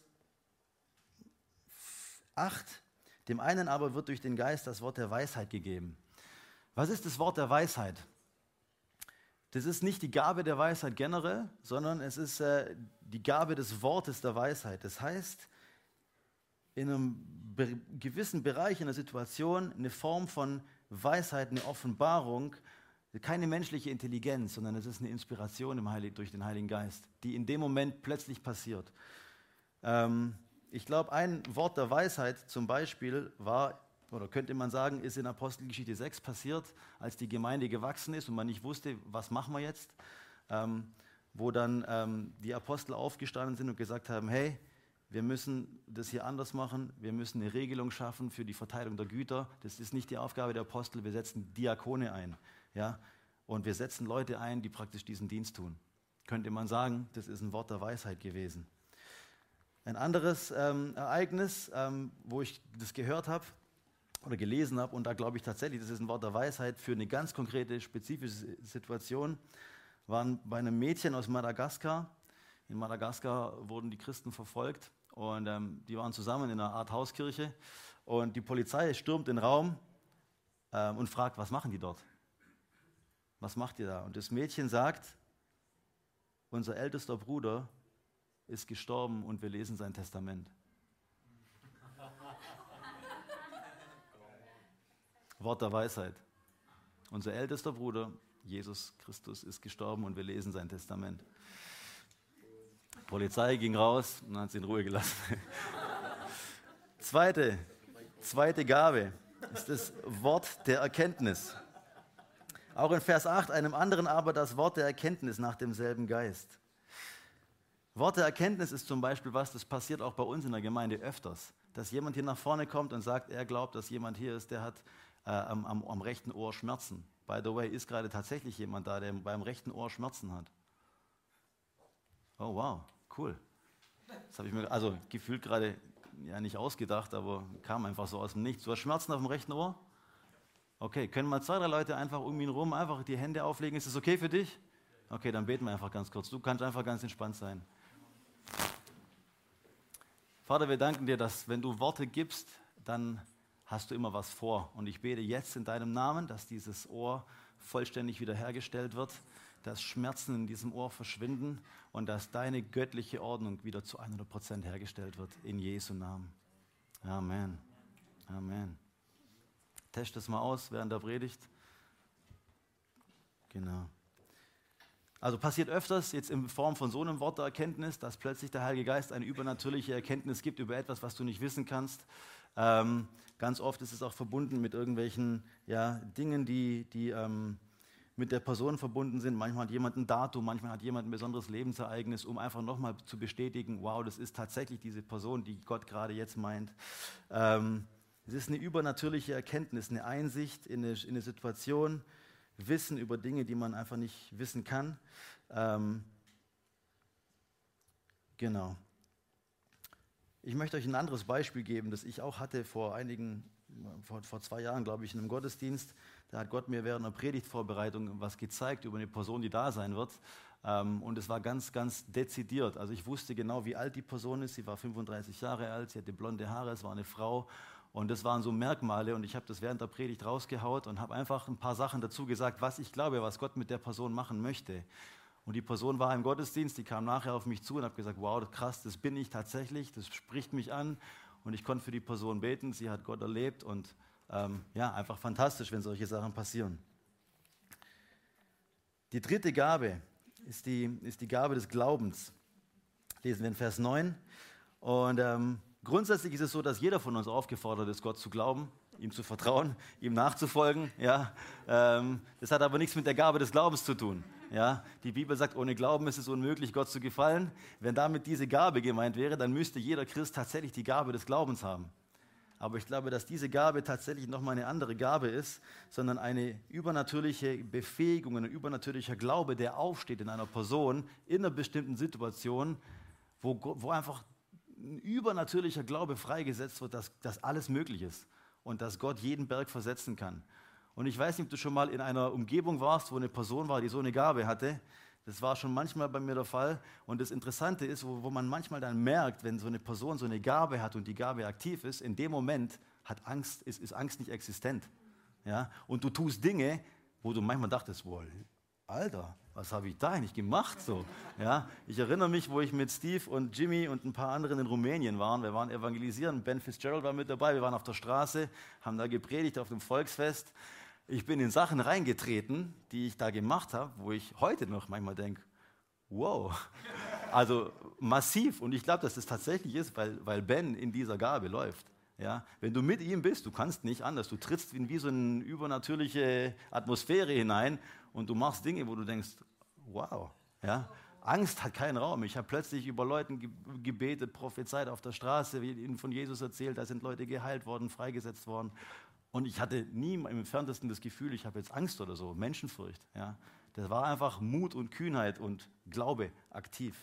acht, dem einen aber wird durch den Geist das Wort der Weisheit gegeben. Was ist das Wort der Weisheit? Das ist nicht die Gabe der Weisheit generell, sondern es ist äh, die Gabe des Wortes der Weisheit. Das heißt, in einem be- gewissen Bereich in der Situation eine Form von Weisheit, eine Offenbarung, keine menschliche Intelligenz, sondern es ist eine Inspiration im Heiligen, durch den Heiligen Geist, die in dem Moment plötzlich passiert. Ähm, ich glaube, ein Wort der Weisheit zum Beispiel war, oder könnte man sagen, ist in Apostelgeschichte sechs passiert, als die Gemeinde gewachsen ist und man nicht wusste, was machen wir jetzt, ähm, wo dann ähm, die Apostel aufgestanden sind und gesagt haben, hey, wir müssen das hier anders machen, wir müssen eine Regelung schaffen für die Verteilung der Güter. Das ist nicht die Aufgabe der Apostel, wir setzen Diakone ein. Ja? Und wir setzen Leute ein, die praktisch diesen Dienst tun. Könnte man sagen, das ist ein Wort der Weisheit gewesen. Ein anderes ähm, Ereignis, ähm, wo ich das gehört habe oder gelesen habe, und da glaube ich tatsächlich, das ist ein Wort der Weisheit für eine ganz konkrete, spezifische Situation, waren bei einem Mädchen aus Madagaskar. In Madagaskar wurden die Christen verfolgt und ähm, die waren zusammen in einer Art Hauskirche und die Polizei stürmt den Raum ähm, und fragt, was machen die dort? Was macht ihr da? Und das Mädchen sagt, unser ältester Bruder ist gestorben und wir lesen sein Testament. Wort der Weisheit. Unser ältester Bruder, Jesus Christus, ist gestorben und wir lesen sein Testament. Die Polizei ging raus und hat sie in Ruhe gelassen. Zweite, zweite Gabe ist das Wort der Erkenntnis. Auch in Vers acht, einem anderen aber das Wort der Erkenntnis nach demselben Geist. Wort der Erkenntnis ist zum Beispiel was, das passiert auch bei uns in der Gemeinde öfters, dass jemand hier nach vorne kommt und sagt, er glaubt, dass jemand hier ist, der hat äh, am, am, am rechten Ohr Schmerzen. By the way, ist gerade tatsächlich jemand da, der beim rechten Ohr Schmerzen hat. Oh wow, cool. Das habe ich mir also gefühlt gerade ja nicht ausgedacht, aber kam einfach so aus dem Nichts. Du hast Schmerzen auf dem rechten Ohr? Okay, können mal zwei, drei Leute einfach um ihn rum einfach die Hände auflegen? Ist das okay für dich? Okay, dann beten wir einfach ganz kurz. Du kannst einfach ganz entspannt sein. Vater, wir danken dir, dass wenn du Worte gibst, dann hast du immer was vor. Und ich bete jetzt in deinem Namen, dass dieses Ohr vollständig wiederhergestellt wird, dass Schmerzen in diesem Ohr verschwinden und dass deine göttliche Ordnung wieder zu hundert Prozent hergestellt wird. In Jesu Namen. Amen. Amen. Test das mal aus während der Predigt. Genau. Also passiert öfters jetzt in Form von so einem Wort der Erkenntnis, dass plötzlich der Heilige Geist eine übernatürliche Erkenntnis gibt über etwas, was du nicht wissen kannst. Ähm, ganz oft ist es auch verbunden mit irgendwelchen ja, Dingen, die, die ähm, mit der Person verbunden sind. Manchmal hat jemand ein Datum, manchmal hat jemand ein besonderes Lebensereignis, um einfach nochmal zu bestätigen, wow, das ist tatsächlich diese Person, die Gott gerade jetzt meint. Ähm, Es ist eine übernatürliche Erkenntnis, eine Einsicht in eine, in eine Situation, Wissen über Dinge, die man einfach nicht wissen kann. Ähm, genau. Ich möchte euch ein anderes Beispiel geben, das ich auch hatte vor einigen, vor, vor zwei Jahren, glaube ich, in einem Gottesdienst. Da hat Gott mir während einer Predigtvorbereitung was gezeigt über eine Person, die da sein wird. Ähm, und es war ganz, ganz dezidiert. Also ich wusste genau, wie alt die Person ist. Sie war fünfunddreißig Jahre alt, sie hatte blonde Haare, es war eine Frau. Und das waren so Merkmale und ich habe das während der Predigt rausgehaut und habe einfach ein paar Sachen dazu gesagt, was ich glaube, was Gott mit der Person machen möchte. Und die Person war im Gottesdienst, die kam nachher auf mich zu und habe gesagt, wow, krass, das bin ich tatsächlich, das spricht mich an. Und ich konnte für die Person beten, sie hat Gott erlebt und ähm, ja, einfach fantastisch, wenn solche Sachen passieren. Die dritte Gabe ist die, ist die Gabe des Glaubens. Lesen wir in Vers neun. Und ähm, grundsätzlich ist es so, dass jeder von uns aufgefordert ist, Gott zu glauben, ihm zu vertrauen, ihm nachzufolgen. Ja? Ähm, das hat aber nichts mit der Gabe des Glaubens zu tun. Ja? Die Bibel sagt, ohne Glauben ist es unmöglich, Gott zu gefallen. Wenn damit diese Gabe gemeint wäre, dann müsste jeder Christ tatsächlich die Gabe des Glaubens haben. Aber ich glaube, dass diese Gabe tatsächlich nochmal eine andere Gabe ist, sondern eine übernatürliche Befähigung, ein übernatürlicher Glaube, der aufsteht in einer Person, in einer bestimmten Situation, wo, wo einfach ein übernatürlicher Glaube freigesetzt wird, dass, dass alles möglich ist und dass Gott jeden Berg versetzen kann. Und ich weiß nicht, ob du schon mal in einer Umgebung warst, wo eine Person war, die so eine Gabe hatte. Das war schon manchmal bei mir der Fall. Und das Interessante ist, wo, wo man manchmal dann merkt, wenn so eine Person so eine Gabe hat und die Gabe aktiv ist, in dem Moment hat Angst, ist, ist Angst nicht existent. Ja? Und du tust Dinge, wo du manchmal dachtest, wow, Alter, was habe ich da eigentlich gemacht? So, ja? Ich erinnere mich, wo ich mit Steve und Jimmy und ein paar anderen in Rumänien waren. Wir waren evangelisieren, Ben Fitzgerald war mit dabei, wir waren auf der Straße, haben da gepredigt auf dem Volksfest. Ich bin in Sachen reingetreten, die ich da gemacht habe, wo ich heute noch manchmal denke, wow, also massiv. Und ich glaube, dass das tatsächlich ist, weil, weil Ben in dieser Gabe läuft. Ja? Wenn du mit ihm bist, du kannst nicht anders. Du trittst in wie so eine übernatürliche Atmosphäre hinein und du machst Dinge, wo du denkst, wow. Ja? Angst hat keinen Raum. Ich habe plötzlich über Leuten gebetet, prophezeit auf der Straße, ihnen von Jesus erzählt, da sind Leute geheilt worden, freigesetzt worden. Und ich hatte nie im Entferntesten das Gefühl, ich habe jetzt Angst oder so, Menschenfurcht. Ja. Das war einfach Mut und Kühnheit und Glaube aktiv.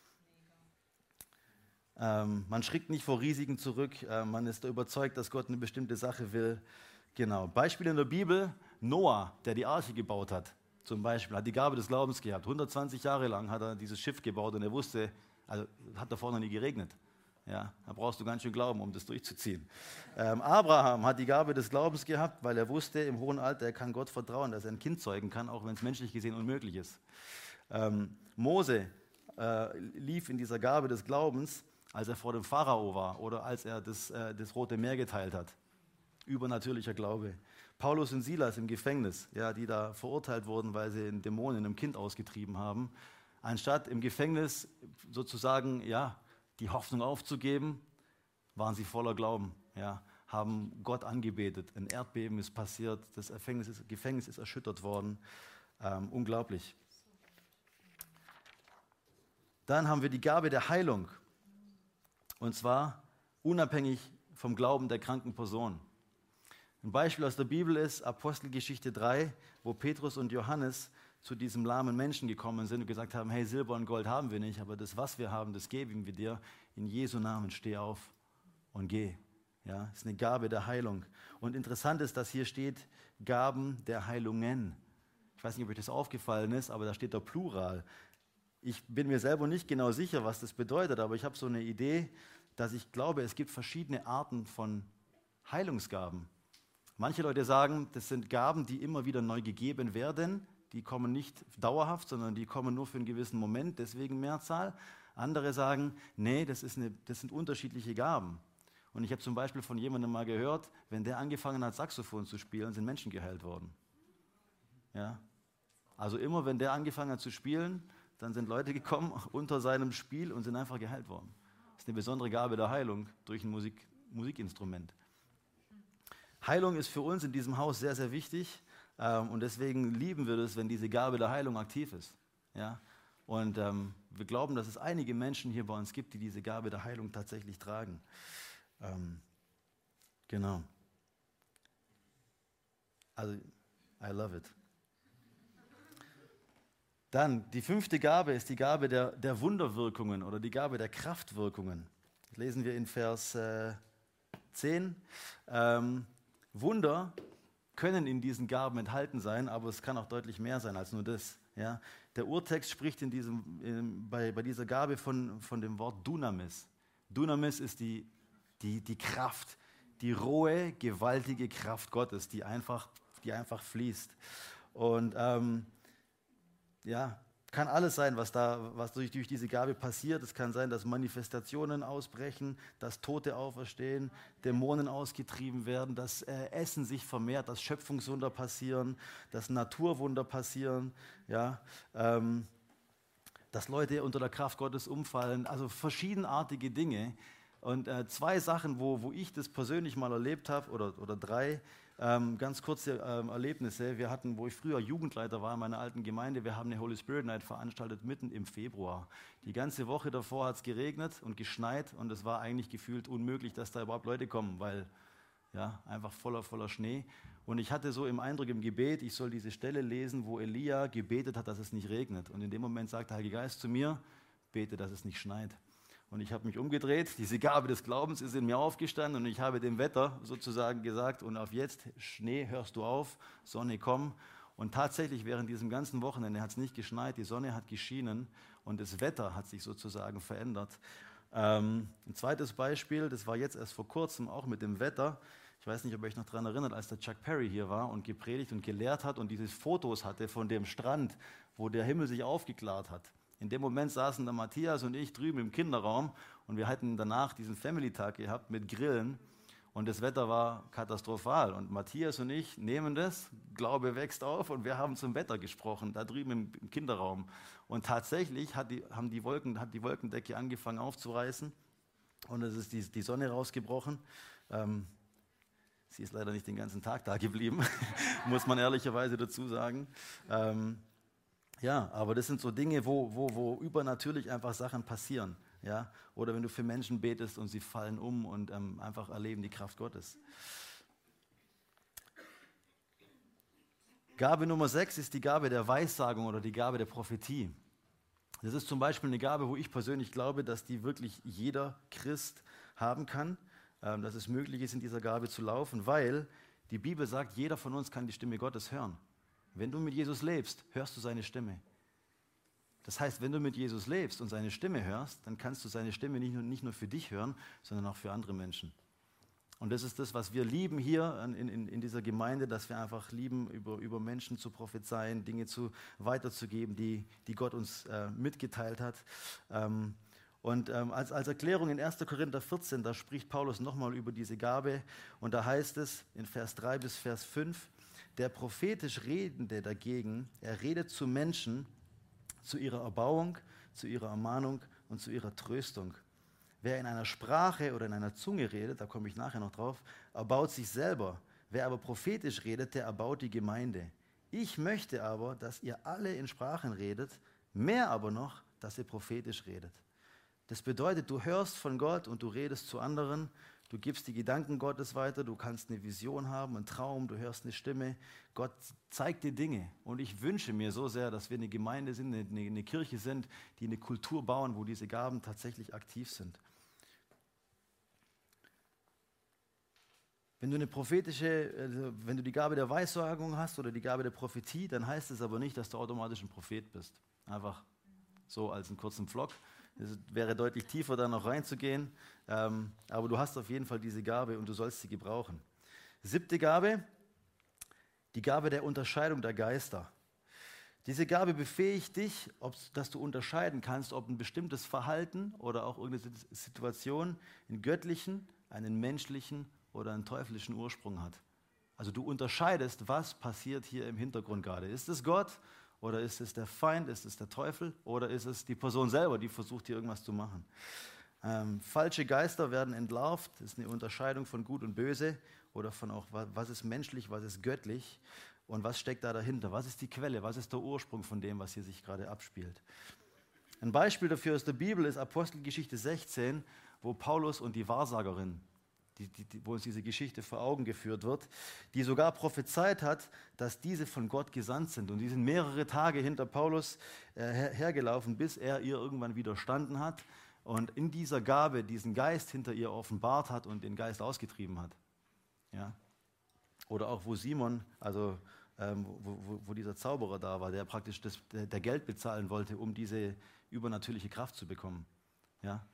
Ähm, man schreckt nicht vor Risiken zurück, äh, man ist überzeugt, dass Gott eine bestimmte Sache will. Genau. Beispiel in der Bibel, Noah, der die Arche gebaut hat, zum Beispiel, hat die Gabe des Glaubens gehabt. hundertzwanzig Jahre lang hat er dieses Schiff gebaut und er wusste, also hat davor noch nie geregnet. Ja, da brauchst du ganz schön Glauben, um das durchzuziehen. Ähm, Abraham hat die Gabe des Glaubens gehabt, weil er wusste, im hohen Alter, er kann Gott vertrauen, dass er ein Kind zeugen kann, auch wenn es menschlich gesehen unmöglich ist. Ähm, Mose äh, lief in dieser Gabe des Glaubens, als er vor dem Pharao war oder als er das, äh, das Rote Meer geteilt hat. Übernatürlicher Glaube. Paulus und Silas im Gefängnis, ja, die da verurteilt wurden, weil sie einen Dämon in einem Kind ausgetrieben haben. Anstatt im Gefängnis sozusagen, ja, die Hoffnung aufzugeben, waren sie voller Glauben, ja, haben Gott angebetet. Ein Erdbeben ist passiert, das Gefängnis ist, Gefängnis ist erschüttert worden. Ähm, unglaublich. Dann haben wir die Gabe der Heilung. Und zwar unabhängig vom Glauben der kranken Person. Ein Beispiel aus der Bibel ist Apostelgeschichte drei, wo Petrus und Johannes zu diesem lahmen Menschen gekommen sind und gesagt haben, hey, Silber und Gold haben wir nicht, aber das, was wir haben, das geben wir dir. In Jesu Namen steh auf und geh. Ja, das ist eine Gabe der Heilung. Und interessant ist, dass hier steht, Gaben der Heilungen. Ich weiß nicht, ob euch das aufgefallen ist, aber da steht der Plural. Ich bin mir selber nicht genau sicher, was das bedeutet, aber ich habe so eine Idee, dass ich glaube, es gibt verschiedene Arten von Heilungsgaben. Manche Leute sagen, das sind Gaben, die immer wieder neu gegeben werden. Die kommen nicht dauerhaft, sondern die kommen nur für einen gewissen Moment, deswegen Mehrzahl. Andere sagen, nee, das, ist eine, das sind unterschiedliche Gaben. Und ich habe zum Beispiel von jemandem mal gehört, wenn der angefangen hat, Saxophon zu spielen, sind Menschen geheilt worden. Ja? Also immer, wenn der angefangen hat zu spielen, dann sind Leute gekommen unter seinem Spiel und sind einfach geheilt worden. Das ist eine besondere Gabe der Heilung durch ein Musik, Musikinstrument. Heilung ist für uns in diesem Haus sehr, sehr wichtig. Und deswegen lieben wir das, wenn diese Gabe der Heilung aktiv ist. Ja? Und ähm, wir glauben, dass es einige Menschen hier bei uns gibt, die diese Gabe der Heilung tatsächlich tragen. Ähm, Genau. Also, I love it. Dann, die fünfte Gabe ist die Gabe der, der Wunderwirkungen oder die Gabe der Kraftwirkungen. Das lesen wir in Vers äh, zehn. Ähm, Wunder können in diesen Gaben enthalten sein, aber es kann auch deutlich mehr sein als nur das. Ja? Der Urtext spricht in diesem, in, bei, bei dieser Gabe von, von dem Wort Dunamis. Dunamis ist die, die, die Kraft, die rohe, gewaltige Kraft Gottes, die einfach, die einfach fließt. Und ähm, ja, kann alles sein, was da, was durch, durch diese Gabe passiert. Es kann sein, dass Manifestationen ausbrechen, dass Tote auferstehen, Dämonen ausgetrieben werden, dass äh, Essen sich vermehrt, dass Schöpfungswunder passieren, dass Naturwunder passieren, ja, ähm, dass Leute unter der Kraft Gottes umfallen. Also verschiedenartige Dinge. Und äh, zwei Sachen, wo, wo ich das persönlich mal erlebt habe, oder, oder drei, ähm, ganz kurze ähm, Erlebnisse. Wir hatten, wo ich früher Jugendleiter war in meiner alten Gemeinde, wir haben eine Holy Spirit Night veranstaltet mitten im Februar. Die ganze Woche davor hat es geregnet und geschneit und es war eigentlich gefühlt unmöglich, dass da überhaupt Leute kommen, weil ja, einfach voller, voller Schnee. Und ich hatte so im Eindruck im Gebet, ich soll diese Stelle lesen, wo Elia gebetet hat, dass es nicht regnet. Und in dem Moment sagt der Heilige Geist zu mir, bete, dass es nicht schneit. Und ich habe mich umgedreht, diese Gabe des Glaubens ist in mir aufgestanden und ich habe dem Wetter sozusagen gesagt, und auf jetzt, Schnee, hörst du auf, Sonne, komm. Und tatsächlich während diesem ganzen Wochenende hat es nicht geschneit, die Sonne hat geschienen und das Wetter hat sich sozusagen verändert. Ähm, ein zweites Beispiel, das war jetzt erst vor kurzem, auch mit dem Wetter. Ich weiß nicht, ob ihr euch noch daran erinnert, als der Chuck Perry hier war und gepredigt und gelehrt hat und diese Fotos hatte von dem Strand, wo der Himmel sich aufgeklärt hat. In dem Moment saßen der Matthias und ich drüben im Kinderraum und wir hatten danach diesen Family-Tag gehabt mit Grillen und das Wetter war katastrophal. Und Matthias und ich nehmen das, Glaube wächst auf und wir haben zum Wetter gesprochen, da drüben im, im Kinderraum. Und tatsächlich hat die, haben die Wolken, hat die Wolkendecke angefangen aufzureißen und es ist die, die Sonne rausgebrochen. Ähm, sie ist leider nicht den ganzen Tag da geblieben, muss man ehrlicherweise dazu sagen. Ähm, Ja, aber das sind so Dinge, wo, wo, wo übernatürlich einfach Sachen passieren. Ja? Oder wenn du für Menschen betest und sie fallen um und ähm, einfach erleben die Kraft Gottes. Gabe Nummer sechs ist die Gabe der Weissagung oder die Gabe der Prophetie. Das ist zum Beispiel eine Gabe, wo ich persönlich glaube, dass die wirklich jeder Christ haben kann, ähm, dass es möglich ist, in dieser Gabe zu laufen, weil die Bibel sagt, jeder von uns kann die Stimme Gottes hören. Wenn du mit Jesus lebst, hörst du seine Stimme. Das heißt, wenn du mit Jesus lebst und seine Stimme hörst, dann kannst du seine Stimme nicht nur, nicht nur für dich hören, sondern auch für andere Menschen. Und das ist das, was wir lieben hier in, in, in dieser Gemeinde, dass wir einfach lieben, über, über Menschen zu prophezeien, Dinge zu, weiterzugeben, die, die Gott uns äh, mitgeteilt hat. Ähm, und ähm, als, als Erklärung in erster Korinther vierzehn, da spricht Paulus nochmal über diese Gabe und da heißt es in Vers drei bis Vers fünf, der prophetisch Redende dagegen, er redet zu Menschen, zu ihrer Erbauung, zu ihrer Ermahnung und zu ihrer Tröstung. Wer in einer Sprache oder in einer Zunge redet, da komme ich nachher noch drauf, erbaut sich selber. Wer aber prophetisch redet, der erbaut die Gemeinde. Ich möchte aber, dass ihr alle in Sprachen redet, mehr aber noch, dass ihr prophetisch redet. Das bedeutet, du hörst von Gott und du redest zu anderen, du gibst die Gedanken Gottes weiter, du kannst eine Vision haben, einen Traum, du hörst eine Stimme. Gott zeigt dir Dinge. Und ich wünsche mir so sehr, dass wir eine Gemeinde sind, eine, eine Kirche sind, die eine Kultur bauen, wo diese Gaben tatsächlich aktiv sind. Wenn du eine prophetische, also wenn du die Gabe der Weissagung hast oder die Gabe der Prophetie, dann heißt es aber nicht, dass du automatisch ein Prophet bist. Einfach so als einen kurzen Vlog. Es wäre deutlich tiefer, da noch reinzugehen, ähm, aber du hast auf jeden Fall diese Gabe und du sollst sie gebrauchen. Siebte Gabe, die Gabe der Unterscheidung der Geister. Diese Gabe befähigt dich, dass du unterscheiden kannst, ob ein bestimmtes Verhalten oder auch irgendeine Situation einen göttlichen, einen menschlichen oder einen teuflischen Ursprung hat. Also du unterscheidest, was passiert hier im Hintergrund gerade. Ist es Gott? Oder ist es der Feind, ist es der Teufel oder ist es die Person selber, die versucht, hier irgendwas zu machen? Ähm, falsche Geister werden entlarvt, das ist eine Unterscheidung von Gut und Böse oder von auch, was ist menschlich, was ist göttlich und was steckt da dahinter? Was ist die Quelle, was ist der Ursprung von dem, was hier sich gerade abspielt? Ein Beispiel dafür aus der Bibel ist Apostelgeschichte sechzehn, wo Paulus und die Wahrsagerin die, die, die, wo uns diese Geschichte vor Augen geführt wird, die sogar prophezeit hat, dass diese von Gott gesandt sind. Und die sind mehrere Tage hinter Paulus äh, her, hergelaufen, bis er ihr irgendwann widerstanden hat und in dieser Gabe diesen Geist hinter ihr offenbart hat und den Geist ausgetrieben hat. Ja? Oder auch wo Simon, also ähm, wo, wo, wo dieser Zauberer da war, der praktisch das, der, der Geld bezahlen wollte, um diese übernatürliche Kraft zu bekommen. Ja?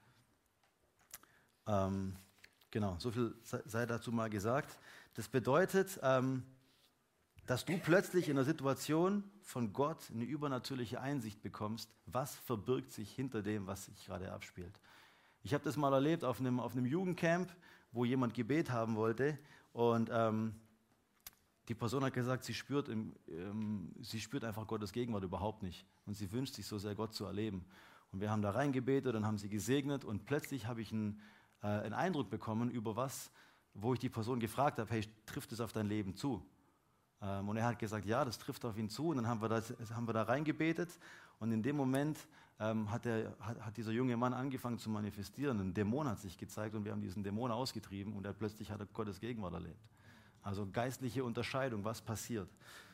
Ähm, genau, so viel sei, sei dazu mal gesagt. Das bedeutet, ähm, dass du plötzlich in einer Situation von Gott eine übernatürliche Einsicht bekommst, was verbirgt sich hinter dem, was sich gerade abspielt. Ich habe das mal erlebt auf einem, auf einem Jugendcamp, wo jemand Gebet haben wollte und ähm, die Person hat gesagt, sie spürt, im, ähm, sie spürt einfach Gottes Gegenwart überhaupt nicht und sie wünscht sich so sehr, Gott zu erleben. Und wir haben da reingebetet und haben sie gesegnet und plötzlich habe ich einen, äh, einen Eindruck bekommen über was, wo ich die Person gefragt habe, hey, trifft es auf dein Leben zu? Ähm, und er hat gesagt, ja, das trifft auf ihn zu und dann haben wir, das, haben wir da reingebetet und in dem Moment ähm, hat, der, hat, hat dieser junge Mann angefangen zu manifestieren. Ein Dämon hat sich gezeigt und wir haben diesen Dämon ausgetrieben und er plötzlich hat er Gottes Gegenwart erlebt. Also geistliche Unterscheidung, was passiert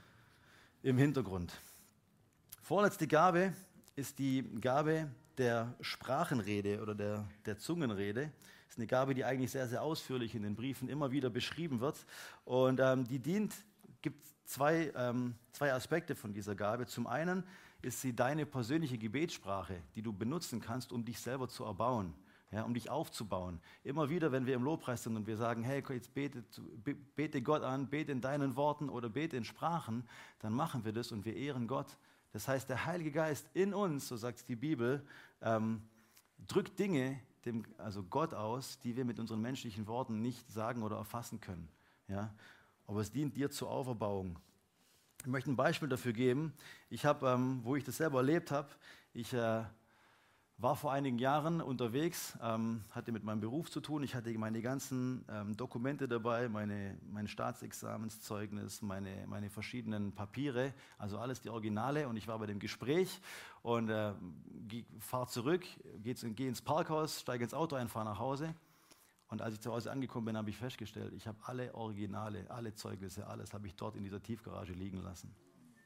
im Hintergrund. Vorletzte Gabe ist die Gabe der Sprachenrede oder der, der Zungenrede. Das ist eine Gabe, die eigentlich sehr, sehr ausführlich in den Briefen immer wieder beschrieben wird. Und ähm, die dient, gibt zwei, ähm, zwei Aspekte von dieser Gabe. Zum einen ist sie deine persönliche Gebetssprache, die du benutzen kannst, um dich selber zu erbauen. Ja, um dich aufzubauen. Immer wieder, wenn wir im Lobpreis sind und wir sagen, hey, jetzt bete, bete Gott an, bete in deinen Worten oder bete in Sprachen, dann machen wir das und wir ehren Gott. Das heißt, der Heilige Geist in uns, so sagt die Bibel, ähm, drückt Dinge, dem, also Gott aus, die wir mit unseren menschlichen Worten nicht sagen oder erfassen können. Ja? Aber es dient dir zur Auferbauung. Ich möchte ein Beispiel dafür geben. Ich habe, ähm, wo ich das selber erlebt habe, ich äh, war vor einigen Jahren unterwegs, ähm, hatte mit meinem Beruf zu tun. Ich hatte meine ganzen ähm, Dokumente dabei, meine, mein Staatsexamenszeugnis, meine, meine verschiedenen Papiere, also alles die Originale. Und ich war bei dem Gespräch und äh, fahre zurück, gehe ins Parkhaus, steige ins Auto ein, fahre nach Hause. Und als ich zu Hause angekommen bin, habe ich festgestellt, ich habe alle Originale, alle Zeugnisse, alles habe ich dort in dieser Tiefgarage liegen lassen.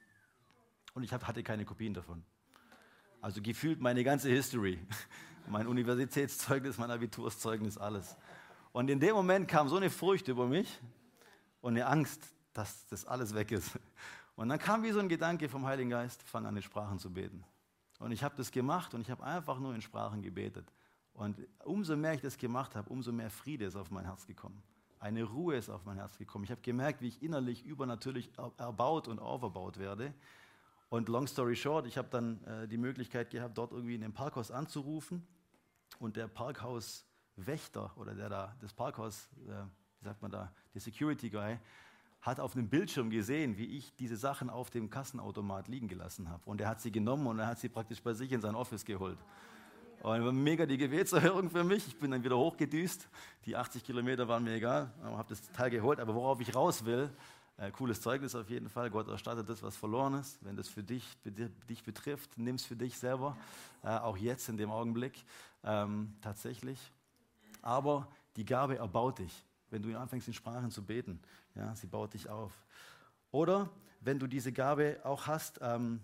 Und ich hab, hatte keine Kopien davon. Also gefühlt meine ganze History, mein Universitätszeugnis, mein Abiturszeugnis, alles. Und in dem Moment kam so eine Furcht über mich und eine Angst, dass das alles weg ist. Und dann kam wie so ein Gedanke vom Heiligen Geist, fang an in Sprachen zu beten. Und ich habe das gemacht und ich habe einfach nur in Sprachen gebetet. Und umso mehr ich das gemacht habe, umso mehr Friede ist auf mein Herz gekommen. Eine Ruhe ist auf mein Herz gekommen. Ich habe gemerkt, wie ich innerlich übernatürlich erbaut und auferbaut werde. Und long story short, ich habe dann äh, die Möglichkeit gehabt, dort irgendwie in dem Parkhaus anzurufen. Und der Parkhauswächter oder der da, das Parkhaus, äh, wie sagt man da, der Security Guy, hat auf einem Bildschirm gesehen, wie ich diese Sachen auf dem Kassenautomat liegen gelassen habe. Und er hat sie genommen und er hat sie praktisch bei sich in sein Office geholt. Und war mega die Gebetserhörung für mich. Ich bin dann wieder hochgedüst. Die achtzig Kilometer waren mir egal, aber habe das Teil geholt. Aber worauf ich raus will, Äh, cooles Zeugnis auf jeden Fall. Gott erstattet das, was verloren ist. Wenn das für dich, dich betrifft, nimm es für dich selber. Äh, auch jetzt in dem Augenblick ähm, tatsächlich. Aber die Gabe erbaut dich, wenn du anfängst in Sprachen zu beten. Ja, sie baut dich auf. Oder wenn du diese Gabe auch hast, ähm,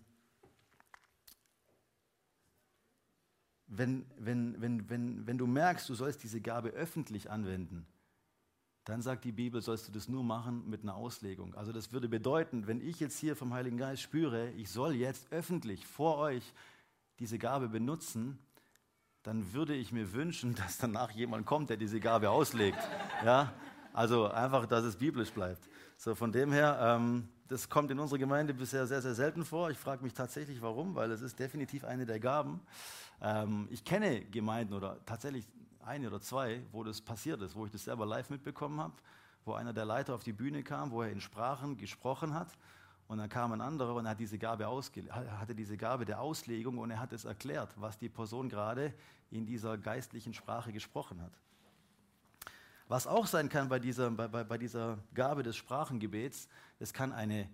wenn, wenn, wenn, wenn, wenn du merkst, du sollst diese Gabe öffentlich anwenden, dann sagt die Bibel, sollst du das nur machen mit einer Auslegung. Also das würde bedeuten, wenn ich jetzt hier vom Heiligen Geist spüre, ich soll jetzt öffentlich vor euch diese Gabe benutzen, dann würde ich mir wünschen, dass danach jemand kommt, der diese Gabe auslegt. Ja? Also einfach, dass es biblisch bleibt. So, von dem her, ähm, das kommt in unserer Gemeinde bisher sehr, sehr selten vor. Ich frage mich tatsächlich, warum, weil es ist definitiv eine der Gaben. Ähm, ich kenne Gemeinden oder tatsächlich eine oder zwei, wo das passiert ist, wo ich das selber live mitbekommen habe, wo einer der Leiter auf die Bühne kam, wo er in Sprachen gesprochen hat und dann kam ein anderer und er hat diese Gabe ausge- hatte diese Gabe der Auslegung und er hat es erklärt, was die Person gerade in dieser geistlichen Sprache gesprochen hat. Was auch sein kann bei dieser, bei, bei, bei dieser Gabe des Sprachengebets, es kann eine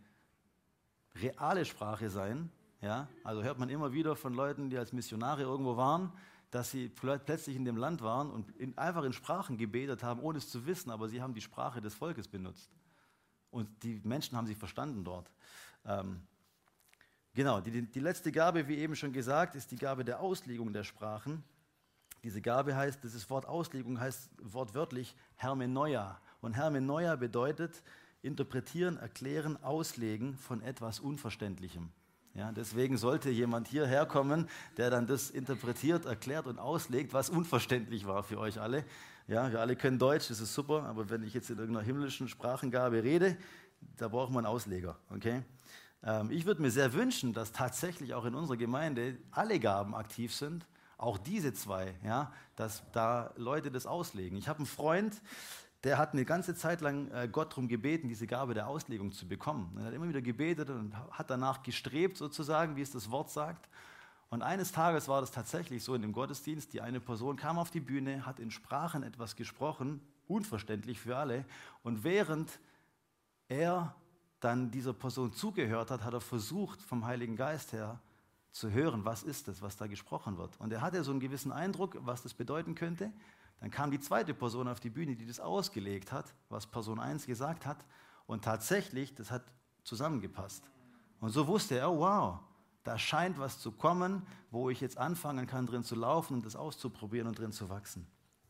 reale Sprache sein. Ja? Also hört man immer wieder von Leuten, die als Missionare irgendwo waren, dass sie plötzlich in dem Land waren und in, einfach in Sprachen gebetet haben, ohne es zu wissen, aber sie haben die Sprache des Volkes benutzt. Und die Menschen haben sie verstanden dort. Ähm, genau, die, die letzte Gabe, wie eben schon gesagt, ist die Gabe der Auslegung der Sprachen. Diese Gabe heißt, dieses Wort Auslegung heißt wortwörtlich Hermeneuia. Und Hermeneuia bedeutet interpretieren, erklären, auslegen von etwas Unverständlichem. Ja, deswegen sollte jemand hierher kommen, der dann das interpretiert, erklärt und auslegt, was unverständlich war für euch alle. Ja, wir alle können Deutsch, das ist super, aber wenn ich jetzt in irgendeiner himmlischen Sprachengabe rede, da braucht man einen Ausleger. Okay? Ähm, ich würde mir sehr wünschen, dass tatsächlich auch in unserer Gemeinde alle Gaben aktiv sind, auch diese zwei, ja, dass da Leute das auslegen. Ich habe einen Freund, der hat eine ganze Zeit lang äh, Gott darum gebeten, diese Gabe der Auslegung zu bekommen. Er hat immer wieder gebetet und hat danach gestrebt, sozusagen, wie es das Wort sagt. Und eines Tages war das tatsächlich so in dem Gottesdienst, die eine Person kam auf die Bühne, hat in Sprachen etwas gesprochen, unverständlich für alle. Und während er dann dieser Person zugehört hat, hat er versucht, vom Heiligen Geist her zu hören, was ist das, was da gesprochen wird. Und er hatte so einen gewissen Eindruck, was das bedeuten könnte. Dann kam die zweite Person auf die Bühne, die das ausgelegt hat, was Person eins gesagt hat. Und tatsächlich, das hat zusammengepasst. Und so wusste er, oh wow, da scheint was zu kommen, wo ich jetzt anfangen kann, drin zu laufen und das auszuprobieren und drin zu wachsen.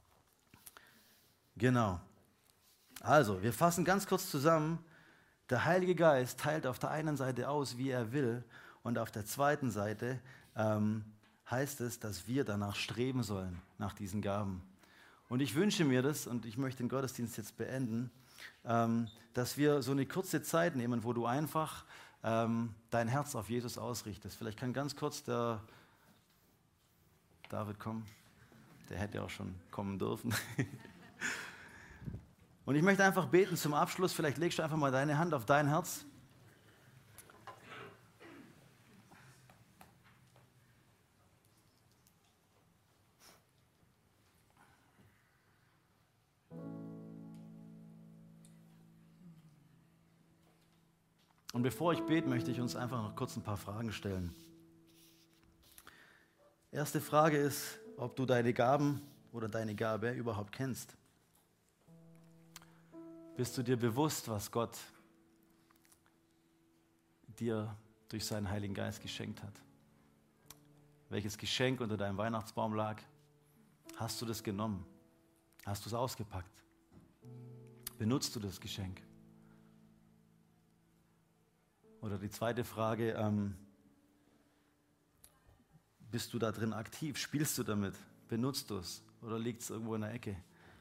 Genau. Also, wir fassen ganz kurz zusammen. Der Heilige Geist teilt auf der einen Seite aus, wie er will, und auf der zweiten Seite ähm, heißt es, dass wir danach streben sollen, nach diesen Gaben. Und ich wünsche mir das, und ich möchte den Gottesdienst jetzt beenden, ähm, dass wir so eine kurze Zeit nehmen, wo du einfach ähm, dein Herz auf Jesus ausrichtest. Vielleicht kann ganz kurz der David kommen. Der hätte auch schon kommen dürfen. Und ich möchte einfach beten zum Abschluss. Vielleicht legst du einfach mal deine Hand auf dein Herz. Und bevor ich bete, möchte ich uns einfach noch kurz ein paar Fragen stellen. Erste Frage ist, ob du deine Gaben oder deine Gabe überhaupt kennst. Bist du dir bewusst, was Gott dir durch seinen Heiligen Geist geschenkt hat? Welches Geschenk unter deinem Weihnachtsbaum lag? Hast du das genommen? Hast du es ausgepackt? Benutzt du das Geschenk? Oder die zweite Frage, ähm, bist du da drin aktiv? Spielst du damit? Benutzt du es? Oder liegt es irgendwo in der Ecke?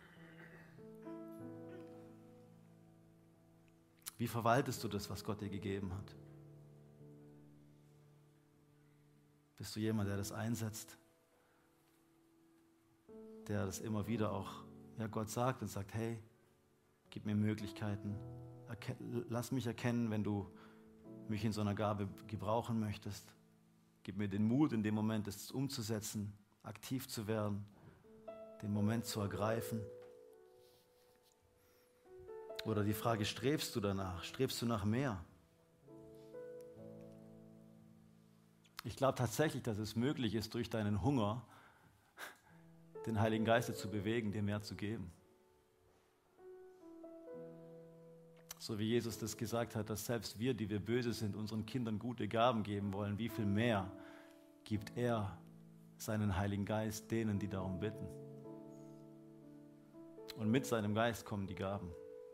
Wie verwaltest du das, was Gott dir gegeben hat? Bist du jemand, der das einsetzt? Der das immer wieder auch ja, Gott sagt und sagt, hey, gib mir Möglichkeiten. Erken- lass mich erkennen, wenn du mich in so einer Gabe gebrauchen möchtest. Gib mir den Mut, in dem Moment es umzusetzen, aktiv zu werden, den Moment zu ergreifen. Oder die Frage, strebst du danach? Strebst du nach mehr? Ich glaube tatsächlich, dass es möglich ist, durch deinen Hunger den Heiligen Geist zu bewegen, dir mehr zu geben. So wie Jesus das gesagt hat, dass selbst wir, die wir böse sind, unseren Kindern gute Gaben geben wollen, wie viel mehr gibt er seinen Heiligen Geist denen, die darum bitten. Und mit seinem Geist kommen die Gaben.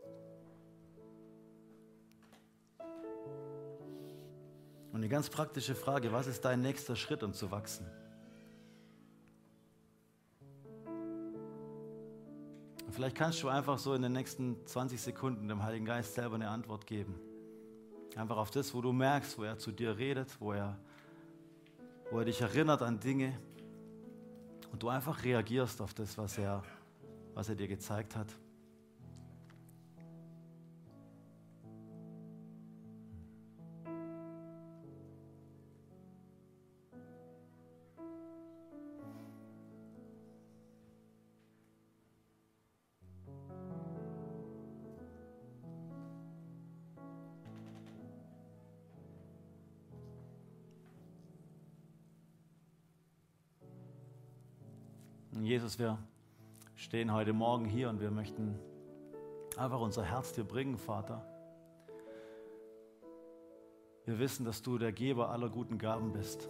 Und eine ganz praktische Frage, was ist dein nächster Schritt, um zu wachsen? Und vielleicht kannst du einfach so in den nächsten zwanzig Sekunden dem Heiligen Geist selber eine Antwort geben. Einfach auf das, wo du merkst, wo er zu dir redet, wo er, wo er dich erinnert an Dinge und du einfach reagierst auf das, was er, was er dir gezeigt hat. Und Jesus, wir stehen heute Morgen hier und wir möchten einfach unser Herz dir bringen, Vater. Wir wissen, dass du der Geber aller guten Gaben bist.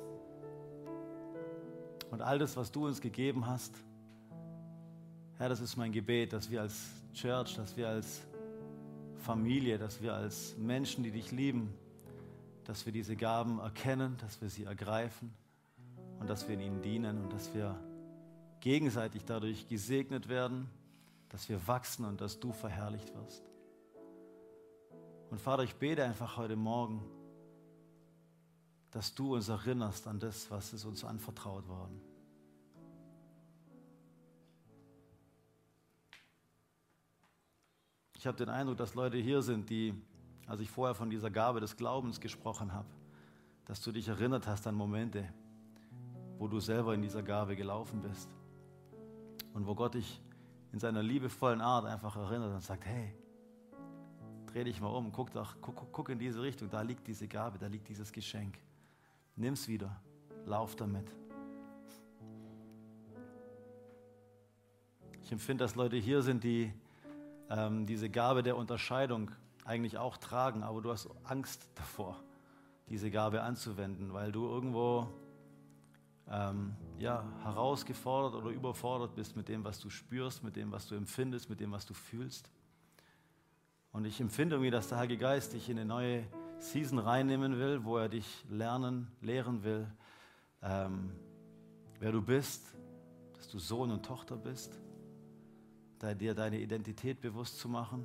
Und all das, was du uns gegeben hast, Herr, das ist mein Gebet, dass wir als Church, dass wir als Familie, dass wir als Menschen, die dich lieben, dass wir diese Gaben erkennen, dass wir sie ergreifen und dass wir in ihnen dienen und dass wir gegenseitig dadurch gesegnet werden, dass wir wachsen und dass du verherrlicht wirst. Und Vater, ich bete einfach heute Morgen, dass du uns erinnerst an das, was ist uns anvertraut worden. Ich habe den Eindruck, dass Leute hier sind, die, als ich vorher von dieser Gabe des Glaubens gesprochen habe, dass du dich erinnert hast an Momente, wo du selber in dieser Gabe gelaufen bist. Und wo Gott dich in seiner liebevollen Art einfach erinnert und sagt, hey, dreh dich mal um, guck, doch, guck, guck in diese Richtung, da liegt diese Gabe, da liegt dieses Geschenk. Nimm's wieder, lauf damit. Ich empfinde, dass Leute hier sind, die ähm, diese Gabe der Unterscheidung eigentlich auch tragen, aber du hast Angst davor, diese Gabe anzuwenden, weil du irgendwo ähm, ja, herausgefordert oder überfordert bist mit dem, was du spürst, mit dem, was du empfindest, mit dem, was du fühlst. Und ich empfinde irgendwie, dass der Heilige Geist dich in eine neue Season reinnehmen will, wo er dich lernen, lehren will, ähm, wer du bist, dass du Sohn und Tochter bist, da dir deine Identität bewusst zu machen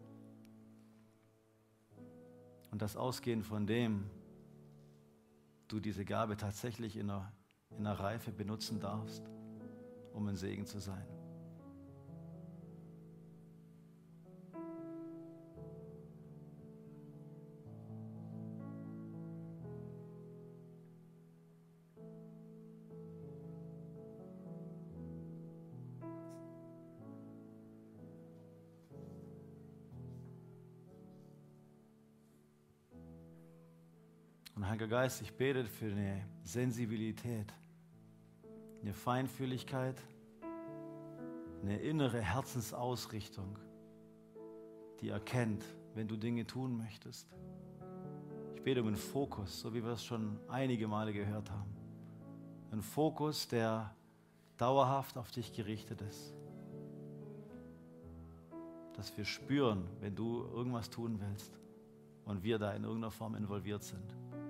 und das ausgehend von dem du diese Gabe tatsächlich in einer, in einer Reife benutzen darfst, um ein Segen zu sein. Und Heiliger Geist, ich bete für eine Sensibilität, eine Feinfühligkeit, eine innere Herzensausrichtung, die erkennt, wenn du Dinge tun möchtest. Ich bete um einen Fokus, so wie wir es schon einige Male gehört haben. Ein Fokus, der dauerhaft auf dich gerichtet ist. Dass wir spüren, wenn du irgendwas tun willst und wir da in irgendeiner Form involviert sind.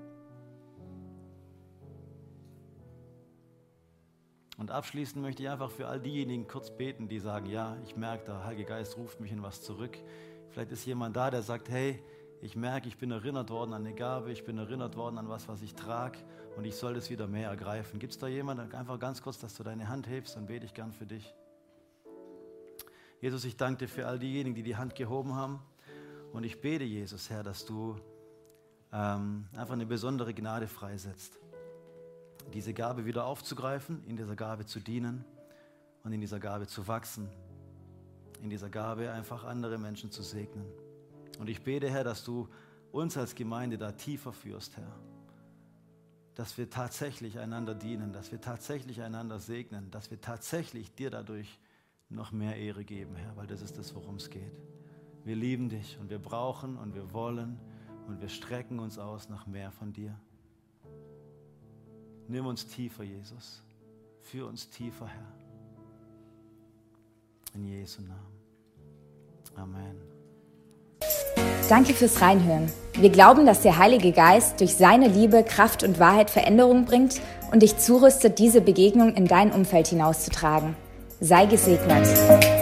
Und abschließend möchte ich einfach für all diejenigen kurz beten, die sagen, ja, ich merke, der Heilige Geist ruft mich in was zurück. Vielleicht ist jemand da, der sagt, hey, ich merke, ich bin erinnert worden an eine Gabe, ich bin erinnert worden an was, was ich trage und ich soll das wieder mehr ergreifen. Gibt es da jemanden? Einfach ganz kurz, dass du deine Hand hebst, dann bete ich gern für dich. Jesus, ich danke dir für all diejenigen, die die Hand gehoben haben und ich bete, Jesus, Herr, dass du ähm, einfach eine besondere Gnade freisetzt. Diese Gabe wieder aufzugreifen, in dieser Gabe zu dienen und in dieser Gabe zu wachsen, in dieser Gabe einfach andere Menschen zu segnen. Und ich bete, Herr, dass du uns als Gemeinde da tiefer führst, Herr, dass wir tatsächlich einander dienen, dass wir tatsächlich einander segnen, dass wir tatsächlich dir dadurch noch mehr Ehre geben, Herr, weil das ist das, worum es geht. Wir lieben dich und wir brauchen und wir wollen und wir strecken uns aus nach mehr von dir. Nimm uns tiefer, Jesus. Führ uns tiefer, Herr. In Jesu Namen. Amen. Danke fürs Reinhören. Wir glauben, dass der Heilige Geist durch seine Liebe, Kraft und Wahrheit Veränderung bringt und dich zurüstet, diese Begegnung in dein Umfeld hinauszutragen. Sei gesegnet.